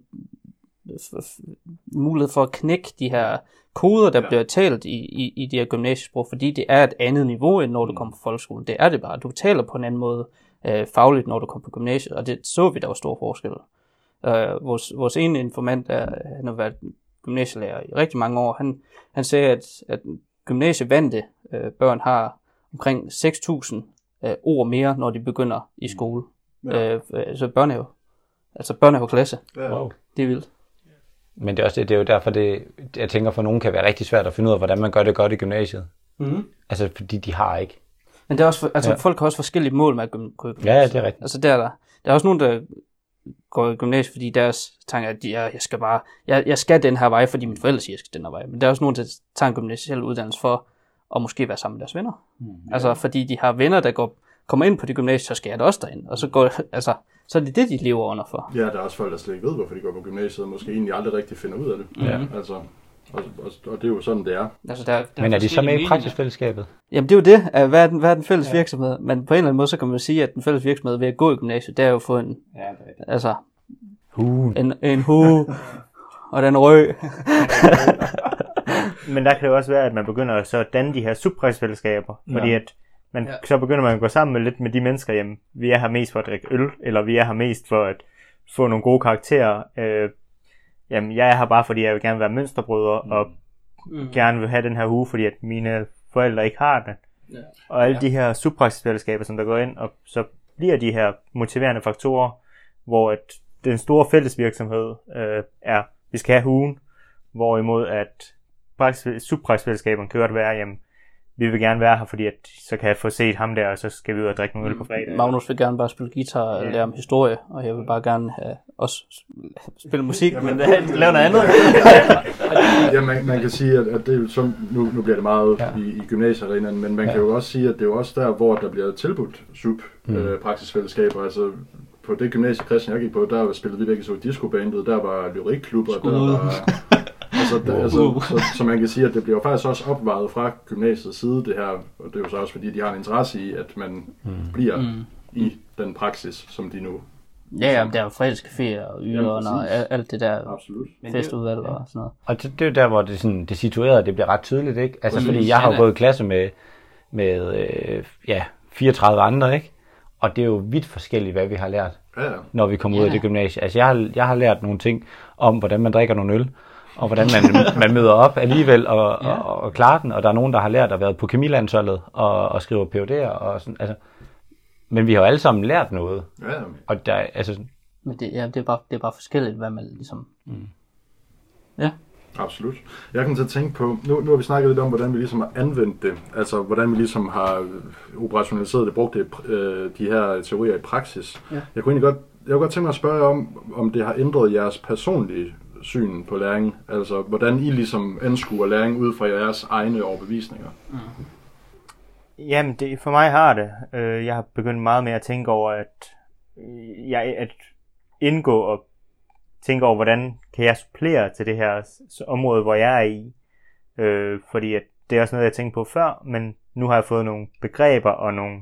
f- f- mulighed for at knække de her koder, der ja. bliver talt i, i, i de her gymnasiesprog, fordi det er et andet niveau, end når du kommer på folkeskolen. Det er det bare. Du taler på en anden måde øh, fagligt, når du kommer på gymnasiet, og det så vi, der var store forskelle. Uh, vores, vores ene informant, er, han har været gymnasielærer i rigtig mange år, han, han sagde, at, at gymnasievante uh, børn har omkring seks tusind uh, ord mere, når de begynder i skole. Ja. Uh, altså børnehave. Altså børnehaveklasse. Ja. Wow. Det er vildt. Men det er også det, det er jo derfor, det, jeg tænker, for nogen kan være rigtig svært at finde ud af, hvordan man gør det godt i gymnasiet. Mm-hmm. Altså, fordi de har ikke. Men der er også, for, altså Ja. folk har også forskellige mål med at gå i gymnasiet. Ja, det er rigtigt. Altså der er der, der er også nogen, der går i gymnasiet, fordi deres tanker er, at de er, jeg skal bare, jeg, jeg skal den her vej, fordi mine forældre siger, jeg skal den her vej. Men der er også nogen, der tager en gymnasial uddannelse for at måske være sammen med deres venner. Mm, ja. Altså fordi de har venner, der går, kommer ind på det gymnasiet, så skal jeg da også derind. Og så går, altså, så er det det, de lever under for. Ja, der er også folk, der slet ikke ved, hvorfor de går på gymnasiet, og måske egentlig aldrig rigtig finder ud af det. Ja. Altså, og, og, og det er jo sådan, det er. Altså, der, der Men er de så med i forskellige praksisfællesskabet? Jamen det er jo det, at hvad er den, hvad er den fælles ja. virksomhed? Men på en eller anden måde, så kan man sige, at den fælles virksomhed ved at gå i gymnasiet, det er jo at få en, Ja, det er rigtigt. altså, Hugen. en, en hue, og den røg. Men der kan det jo også være, at man begynder så at danne de her subpraksisfællesskaber, ja. Fordi at man, ja. så begynder man at gå sammen med lidt med de mennesker, jamen, vi er her mest for at drikke øl, eller vi er her mest for at få nogle gode karakterer. Øh, jamen, jeg er her bare, fordi jeg vil gerne være mønsterbryder, mm. og mm. gerne vil have den her hue, fordi at mine forældre ikke har den. Ja. Og alle ja. de her subpraksisfællesskaber, som der går ind, og så bliver de her motiverende faktorer, hvor at den store fællesvirksomhed øh, er, vi skal have huen, hvorimod at subpraksisfællesskaberne kan godt være, jamen, vi vil gerne være her, fordi at, så kan jeg få set ham der, og så skal vi ud og drikke nogle øl på fredag. Magnus vil gerne bare spille guitar og yeah. lære om historie, og jeg vil bare gerne have også spille musik, ja, men lave noget andet. Ja, man, man kan sige, at, at det er jo som, nu, nu bliver det meget ja. i, i gymnasiearenaen, men man ja. kan jo også sige, at det er jo også der, hvor der bliver tilbudt sub-praksisfællesskaber, mm. øh, altså på det gymnasie, Christian jeg gik på, der spillede vi begge så discobandet, der var lyrikklubber, der var... Altså, der, altså, så, så man kan sige, at det bliver faktisk også opvejet fra gymnasiets side, det her, og det er jo så også fordi, de har en interesse i, at man mm. bliver mm. i den praksis, som de nu... Ja, ja, der er jo fredagscaféer og yderen og alt det der festudvalg og sådan noget. Og det, det er jo der, hvor det, sådan, det situerede, det bliver ret tydeligt, ikke? Altså, mm. fordi jeg har jo gået i klasse med, med øh, ja, fireogtredive andre, ikke? Og det er jo vidt forskelligt, hvad vi har lært, ja, ja. når vi kommer ud ja. af det gymnasie. Altså, jeg har, jeg har lært nogle ting om, hvordan man drikker nogle øl, og hvordan man, man møder op alligevel og, ja. og, og klarer den. Og der er nogen, der har lært at være på kemilandsholdet og, og skrive P H D'er og sådan. Altså, men vi har jo alle sammen lært noget. Ja. Og der, altså... Men det, ja, det, er bare, det er bare forskelligt, hvad man ligesom... Mm. Ja. Absolut. Jeg kom til at tænke på, nu, nu har vi snakket lidt om, hvordan vi ligesom har anvendt det. Altså, hvordan vi ligesom har operationaliseret det, brugt det, øh, de her teorier i praksis. Ja. Jeg kunne egentlig godt, jeg kunne godt tænke mig at spørge om, om det har ændret jeres personlige syn på læring. Altså, hvordan I ligesom anskuer læring ud fra jeres egne overbevisninger. Mm. Jamen, det, for mig har det. Øh, jeg har begyndt meget mere at tænke over, at, jeg, at indgå og tænke over, hvordan kan jeg supplere til det her område, hvor jeg er i. Øh, fordi at det er også noget, jeg tænkte på før, men nu har jeg fået nogle begreber og nogle...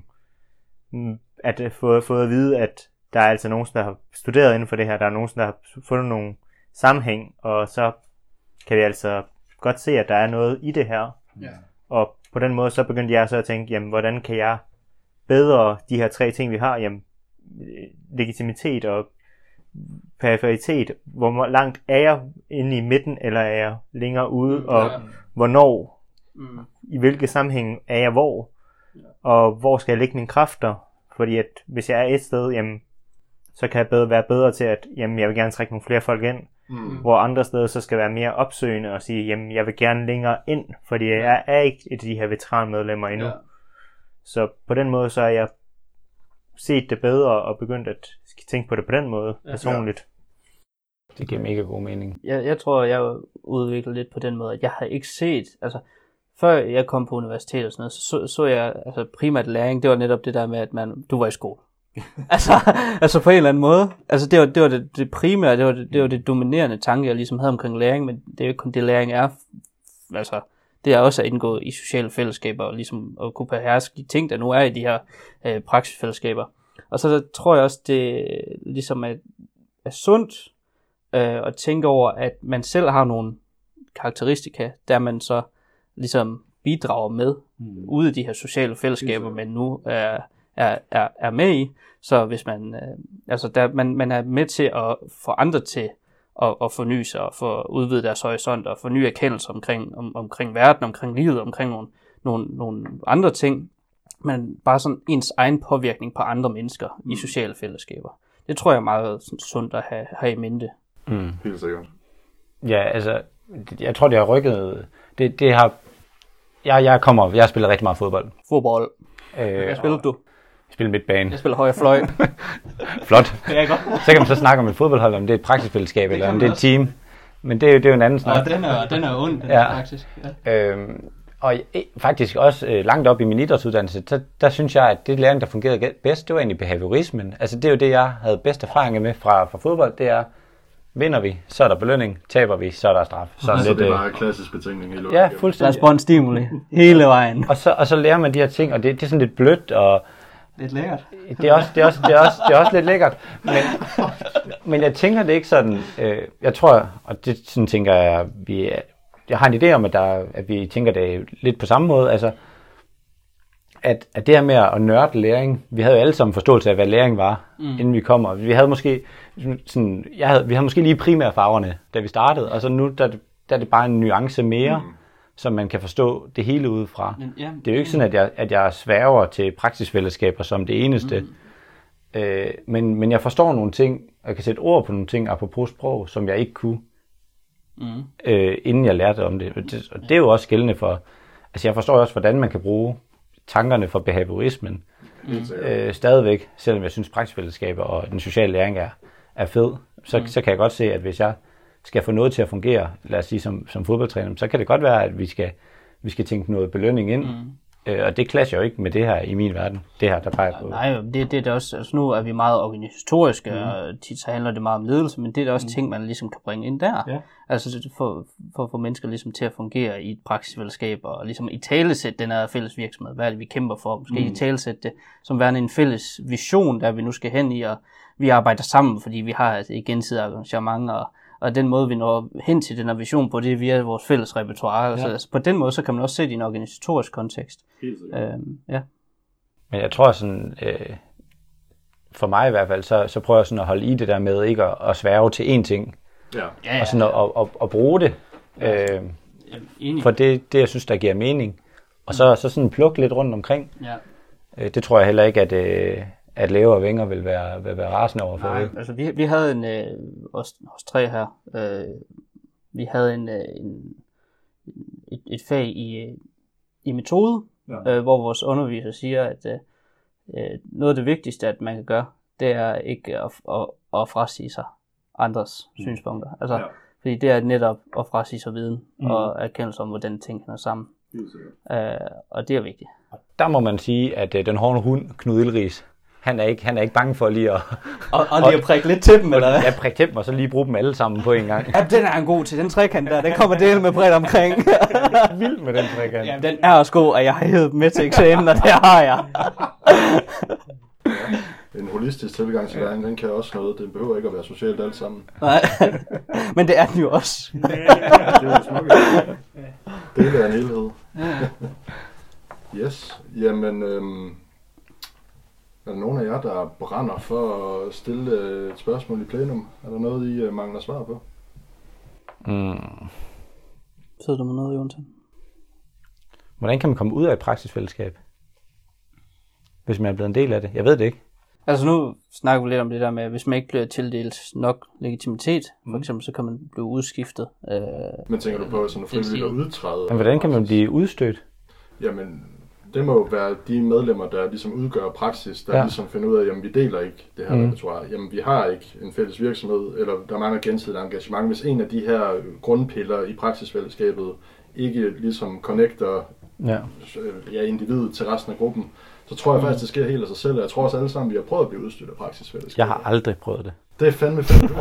at jeg fået, fået at vide, at der er altså nogen, der har studeret inden for det her. Der er nogen, der har fundet nogle sammenhæng, og så kan vi altså godt se, at der er noget i det her. Ja. Og på den måde, så begyndte jeg så at tænke, jamen, hvordan kan jeg bedre de her tre ting, vi har? Jamen, legitimitet og periferitet. Hvor langt er jeg inde i midten, eller er jeg længere ude? Og ja. hvornår? Mm. I hvilke sammenhæng er jeg hvor? Ja. Og hvor skal jeg lægge mine kræfter? Fordi at hvis jeg er et sted, jamen, så kan jeg bedre være bedre til, at jamen, jeg vil gerne trække nogle flere folk ind. Mm. Hvor andre steder så skal være mere opsøgende og sige, jamen jeg vil gerne længere ind, fordi jeg er ikke et af de her veteranmedlemmer endnu. Ja. Så på den måde så har jeg set det bedre og begyndt at tænke på det på den måde personligt. Ja. Det giver mega god mening. Jeg, jeg tror, jeg udvikler lidt på den måde, at jeg har ikke set, altså før jeg kom på universitetet og sådan noget, så, så jeg altså primært læring, det var netop det der med, at man, du var i skole. altså, altså på en eller anden måde. Altså det var det, var det, det primære, det var det, det var det dominerende tanke, jeg ligesom havde omkring læring, men det er jo ikke kun det, læring er. Altså, det er også at indgå i sociale fællesskaber, og ligesom at kunne beherske de ting, der nu er i de her øh, praksisfællesskaber. Og så der tror jeg også, det ligesom er, er sundt øh, at tænke over, at man selv har nogle karakteristika, der man så ligesom bidrager med, mm. ude i de her sociale fællesskaber, men nu er er, er, er med i. Så hvis man, øh, altså der, man, man er med til at få andre til at, at forny sig og få udvide deres horisont og få nye erkendelser omkring, om, omkring verden, omkring livet, omkring nogle, nogle, nogle andre ting, men bare sådan ens egen påvirkning på andre mennesker mm. i sociale fællesskaber. Det tror jeg er meget sådan, sundt at have, have i mente. Mm. Helt sikkert. Ja, altså, jeg tror, det har rykket. Det, det har... Jeg, jeg kommer... Jeg spiller rigtig meget fodbold. Fodbold. Øh, Hvad spiller du? Jeg spiller midtbane. Jeg spiller højre fløj. Flot. Det er godt. Så kan man så snakke om et fodboldhold, om det er et praksisfællesskab, eller om det er et team. Men det er jo, det er jo en anden snak. Og den er, den er ond, den ja. er faktisk. Ja. Øhm, og faktisk også øh, langt op i min idrætsuddannelse, der, der synes jeg, at det læring, der fungerede bedst, det var egentlig behaviorismen. Altså det er jo det, jeg havde bedst erfaringer med fra, fra fodbold, det er, vinder vi, så er der belønning, taber vi, så er der straf. Så, så lidt, det er bare klassisk betingning i lukket. Ja, fuldstændig. Der er stimuli hele vejen. Og så, og så lærer man de her ting, og det, det er sådan lidt blødt, og lidt lækkert. Det er også, det er også, det er også, det er også lidt lækkert, men, men jeg tænker det ikke sådan, øh, jeg tror, og det sådan tænker jeg, vi, jeg har en idé om, at, der, at vi tænker det lidt på samme måde, altså, at, at det her med at nørde læring, vi havde jo alle sammen forståelse af, hvad læring var, mm. inden vi kommer. Vi havde måske, sådan, jeg havde, vi havde måske lige primære farverne, da vi startede, og så nu, der, der er det bare en nuance mere, mm. som man kan forstå det hele udefra. Men, ja, det er jo ikke sådan, at jeg, at jeg sværger til praksisfællesskaber som det eneste, mm. øh, men, men jeg forstår nogle ting, og jeg kan sætte ord på nogle ting, apropos sprog, som jeg ikke kunne, mm. øh, inden jeg lærte om det. det. Og det er jo også gældende for, altså jeg forstår også, hvordan man kan bruge tankerne for behaviorismen mm. øh, stadigvæk, selvom jeg synes praksisfællesskaber og den sociale læring er, er fed, så, mm. så kan jeg godt se, at hvis jeg skal få noget til at fungere, lad os sige som, som fodboldtræner, så kan det godt være, at vi skal, vi skal tænke noget belønning ind. Mm. Øh, og det clasher jo ikke med det her i min verden. Det her, der peger på. Nej, det, det er det også. Altså nu er vi meget organisatoriske, mm. og tit så handler det meget om ledelse, men det er da også mm. ting, man ligesom kan bringe ind der. Ja. Altså for, for at få mennesker ligesom til at fungere i et praksisfællesskab, og ligesom i talesæt den her fælles virksomhed. Hvad er det, vi kæmper for? Måske mm. i talesæt det som værende en fælles vision, der vi nu skal hen i, og vi arbejder sammen, fordi vi har et gensidigt engagement, og Og den måde, vi når hen til den her vision på, det er via vores fælles repertoire. Ja. Altså, altså på den måde, så kan man også se det i en organisatorisk kontekst. Øhm, ja. Men jeg tror sådan, øh, for mig i hvert fald, så, så prøver jeg sådan at holde i det der med ikke at, at sværge til én ting. Ja. Ja, ja, ja. Og sådan at, at, at bruge det. Øh, for det, det, jeg synes, der giver mening. Og så, så sådan plukke lidt rundt omkring. Ja. Øh, det tror jeg heller ikke, at... Øh, at Leo og Wenger vil være, vil være rasende overfor. Nej, altså vi, vi havde en, øh, os, os tre her, øh, vi havde en, øh, en, et, et fag i, i metode, ja. øh, hvor vores underviser siger, at øh, noget af det vigtigste, at man kan gøre, det er ikke at, at, at frasige sig andres mm. synspunkter. Altså, ja. Fordi det er netop at frasige sig viden mm. og erkendelse om, hvordan ting hænger sammen. Øh, og det er vigtigt. Der må man sige, at øh, den hårde hund, Knud Ilris, Han er, ikke, han er ikke bange for lige at... Og, og lige at prikke lidt til dem, eller hvad? Ja, prikke til dem, og så lige bruge dem alle sammen på en gang. Ja, den er en god til. Den trekant der, den kommer del med bredt omkring. Vild med den trekant. Ja, den er også god, og jeg har hævet dem med til eksamen, og det har jeg. En holistisk tilgang til læring, den kan også noget. Den behøver ikke at være socialt alt sammen. Nej, men det er den jo også. Det er jo smukt. Det er en helhed. Yes, jamen... Øhm Er der nogen af jer, der brænder for at stille et spørgsmål i plenum? Er der noget, I mangler svar på? Mm. Sidder du med noget, Jonathan? Hvordan kan man komme ud af et praksisfællesskab? Hvis man er blevet en del af det? Jeg ved det ikke. Altså nu snakker vi lidt om det der med, at hvis man ikke bliver tildelt nok legitimitet, for eksempel, så kan man blive udskiftet. Øh, Men tænker du på sådan frivilligt at udtræde? Men hvordan kan man blive udstødt? Jamen... Det må jo være de medlemmer, der ligesom udgør praksis, der ja. ligesom finder ud af, jamen vi deler ikke det her mm. repertoire. Jamen vi har ikke en fælles virksomhed, eller der mangler gensidigt engagement. Hvis en af de her grundpiller i praksisfællesskabet ikke ligesom connecter ja. Ja, individet til resten af gruppen, så tror jeg faktisk, det sker helt af sig selv. Jeg tror også alle sammen, vi har prøvet at blive udstødt af praksisfællesskabet. Jeg har aldrig prøvet det. Det er fandme fedt.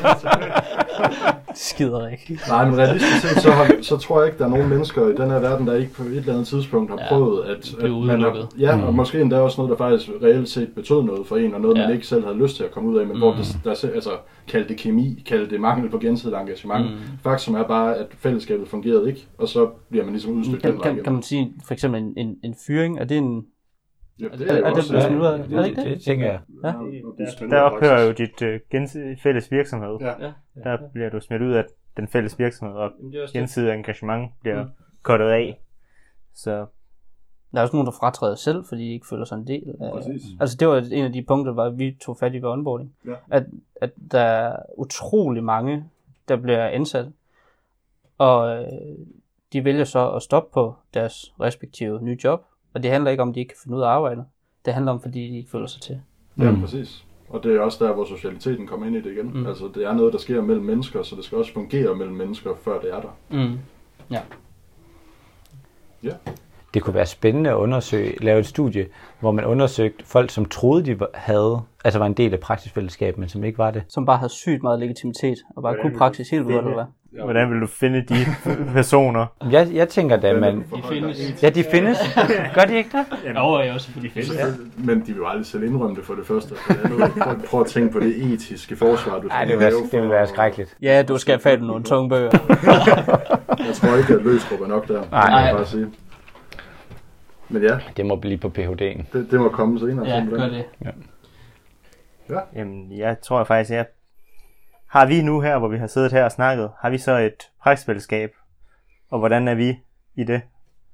Skider ikke. Nej, men realistisk set, så, har, så tror jeg ikke, der er nogen mennesker i den her verden, der ikke på et eller andet tidspunkt har ja, prøvet at... at man har, ja, mm. og måske endda også noget, der faktisk reelt set betød noget for en, og noget, ja. man ikke selv havde lyst til at komme ud af, men mm. hvor det, der altså, kaldte det kemi, kaldte det mangel på gensidigt engagement. Mm. Faktum er bare, at fællesskabet fungerede ikke, og så bliver man ligesom udstødt kan, den kan, kan man sige, for eksempel en, en, en fyring, er det en... Ja, Er det, er det blevet smidt ud af? Er det ikke Det, det? det tænker jeg. Ja. Der ophører jo dit øh, gens- fælles virksomhed. Ja. Ja. Der bliver du smidt ud af den fælles virksomhed, og Jamen, det er også det. gensidig engagement bliver kottet af. Så Der er også nogen, der fratræder selv, fordi de ikke føler sig en del af... Præcis. Altså det var en af de punkter, hvor vi tog fat i ved onboarding. Ja. At, at der er utrolig mange, der bliver ansat, og øh, de vælger så at stoppe på deres respektive nye job. Og det handler ikke om, at de ikke kan finde ud af arbejdet. Det handler om, fordi de ikke føler sig til. Ja, Mm. præcis. Og det er også der, hvor socialiteten kommer ind i det igen. Mm. Altså, det er noget, der sker mellem mennesker, så det skal også fungere mellem mennesker, før det er der. Mm. Ja. Ja. Det kunne være spændende at undersøge, lave et studie, hvor man undersøgte folk, som troede, de var- havde, altså var en del af praksisfællesskabet, men som ikke var det. Som bare havde sygt meget legitimitet, og bare kunne praksis helt vildt, eller hvad? hvordan vil du finde de personer? Jeg, jeg tænker da, man... De findes. Ja, de findes. Gør de ikke det? Jo, jeg også selvfølgelig findes. Men de vil jo aldrig selv indrømme det for det første. For det andet, prøv, prøv at tænke på det etiske forsvar, du Nej, skal det vil være, lave det vil for- være skrækkeligt. Ja, du skal have fat i nogle tunge bøger. Jeg tror ikke, at Løstrup er nok der. Nej. må jeg bare sige. Men ja, Det må blive på P H D'en. det, det må komme senere. Ja, simpelthen. gør det. Jamen, jeg tror faktisk, jeg har vi nu her, hvor vi har siddet her og snakket, har vi så et praksisfællesskab? Og hvordan er vi i det?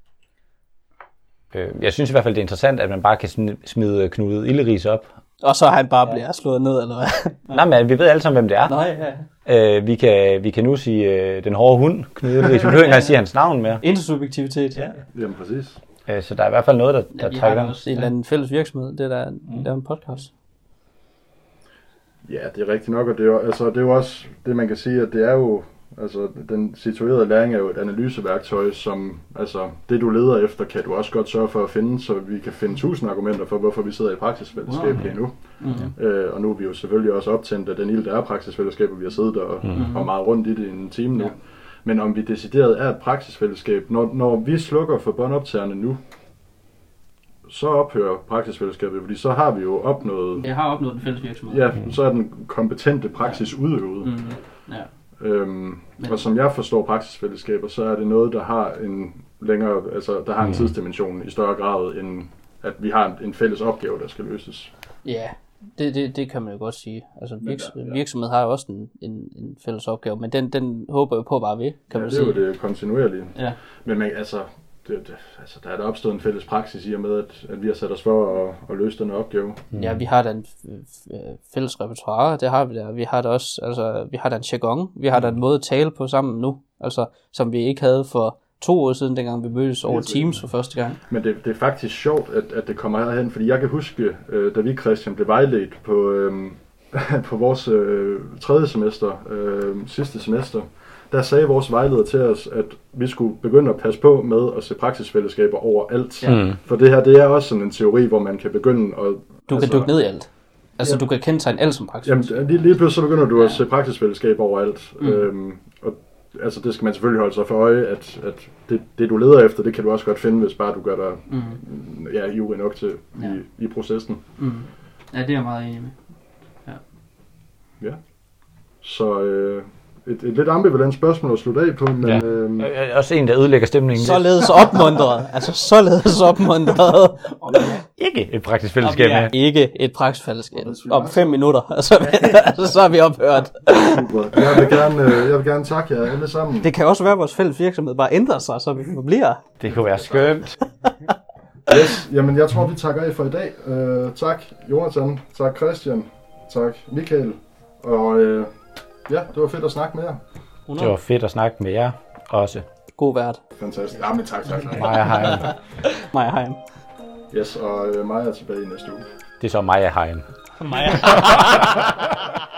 Øh, Jeg synes i hvert fald, det er interessant, at man bare kan smi- smide Knud Illeris op. Og så han bare bliver slået ned, eller hvad? Nej, men vi ved alle sammen, hvem det er. Nej, ja. Øh, vi, kan, vi kan nu sige øh, den hårde hund, Knud Illeris. Vi behøver ikke engang sige hans navn mere. Intersubjektivitet. Ja. Jamen præcis. Øh, så der er i hvert fald noget, der, Ja, der vi har trækker. også en eller anden fælles virksomhed, det der mm. laver en podcast. Ja, det er rigtigt nok, og det er, jo, altså, det er jo også det, man kan sige, at det er jo, altså den situerede læring er jo et analyseværktøj, som, altså det du leder efter, kan du også godt sørge for at finde, så vi kan finde tusind argumenter for, hvorfor vi sidder i praksisfællesskab Wow. lige nu. Mm. Øh, og nu er vi jo selvfølgelig også optændt af den ild, der er praksisfællesskab, og vi har siddet der og, Mhm. og meget rundt i det i en time nu. Ja. Men om vi decideret er et praksisfællesskab, når, når vi slukker for båndoptagerne nu, så ophører praksisfællesskabet, fordi så har vi jo opnået, Jeg har opnået en fælles virksomhed. ja, så er den kompetente praksis udøvet. Mm. Ja. Øhm, Men- og som jeg forstår praksisfællesskaber, så er det noget, der har en længere, altså der har en Mm. tidsdimension i større grad, end at vi har en, en fælles opgave, der skal løses. Ja, det, det, det kan man jo godt sige. Altså virks, der- ja. virksomhed har jo også en, en, en fælles opgave, men den, den håber jeg på bare ved, kan Ja, man det er sige. jo det kontinuerlige. Ja. Men man, altså, det, det, altså, der er der opstået en fælles praksis i og med, at, at vi har sat os for at, at løse den opgave. Ja, vi har da en f- f- fælles repertoire, det har vi der. Vi har da også, altså, vi har da en jargon, vi har da en måde at tale på sammen nu, altså, som vi ikke havde for to år siden, dengang vi mødtes over Helt sikkert. Teams for første gang. Men det, det er faktisk sjovt, at, at det kommer herhen, fordi jeg kan huske, øh, da vi, Christian, blev vejledt på, øh, på vores øh, tredje semester, øh, sidste semester, der sagde vores vejleder til os, at vi skulle begynde at passe på med at se praksisfællesskaber overalt. Ja. Mm. For det her, det er også sådan en teori, hvor man kan begynde at... Du kan dykke ned i alt. Altså, du kan kendetegne alt som praksis. Jamen, lige, lige pludselig så begynder du Ja. at se praksisfællesskaber overalt. Mm. Øhm, og altså, det skal man selvfølgelig holde sig for øje, at, at det, det, du leder efter, det kan du også godt finde, hvis bare du gør dig Mm. ja, ivrig nok til Ja. i, i processen. Mm. Ja, det er jeg meget enig med. Så øh, et, et lidt ambivalent spørgsmål at slutte af på, men Ja. øhm, Øh, Også en, der ødelægger stemningen. Således opmuntret. Altså, således opmuntret. Ikke et praktisk fællesskab Vi er med. ikke et praksisfællesskab. Om fem minutter, altså, altså, så er vi ophørt. super. Jeg vil gerne, øh, jeg vil gerne takke jer alle sammen. Det kan også være, at vores fælles virksomhed bare ændrer sig, så vi forbliver. Det kunne være skønt. Yes, jamen jeg tror, vi takker af for i dag. Øh, tak Jonathan, tak Christian, tak Michael, og øh, ja, det var fedt at snakke med jer. Det var fedt at snakke med jer også. God vært. Fantastisk. Ja, men tak, tak, tak. Maja Heim. Maja Heim. Yes, og øh, Maja er tilbage i næste uge. Det er så Maja Heim. Maja.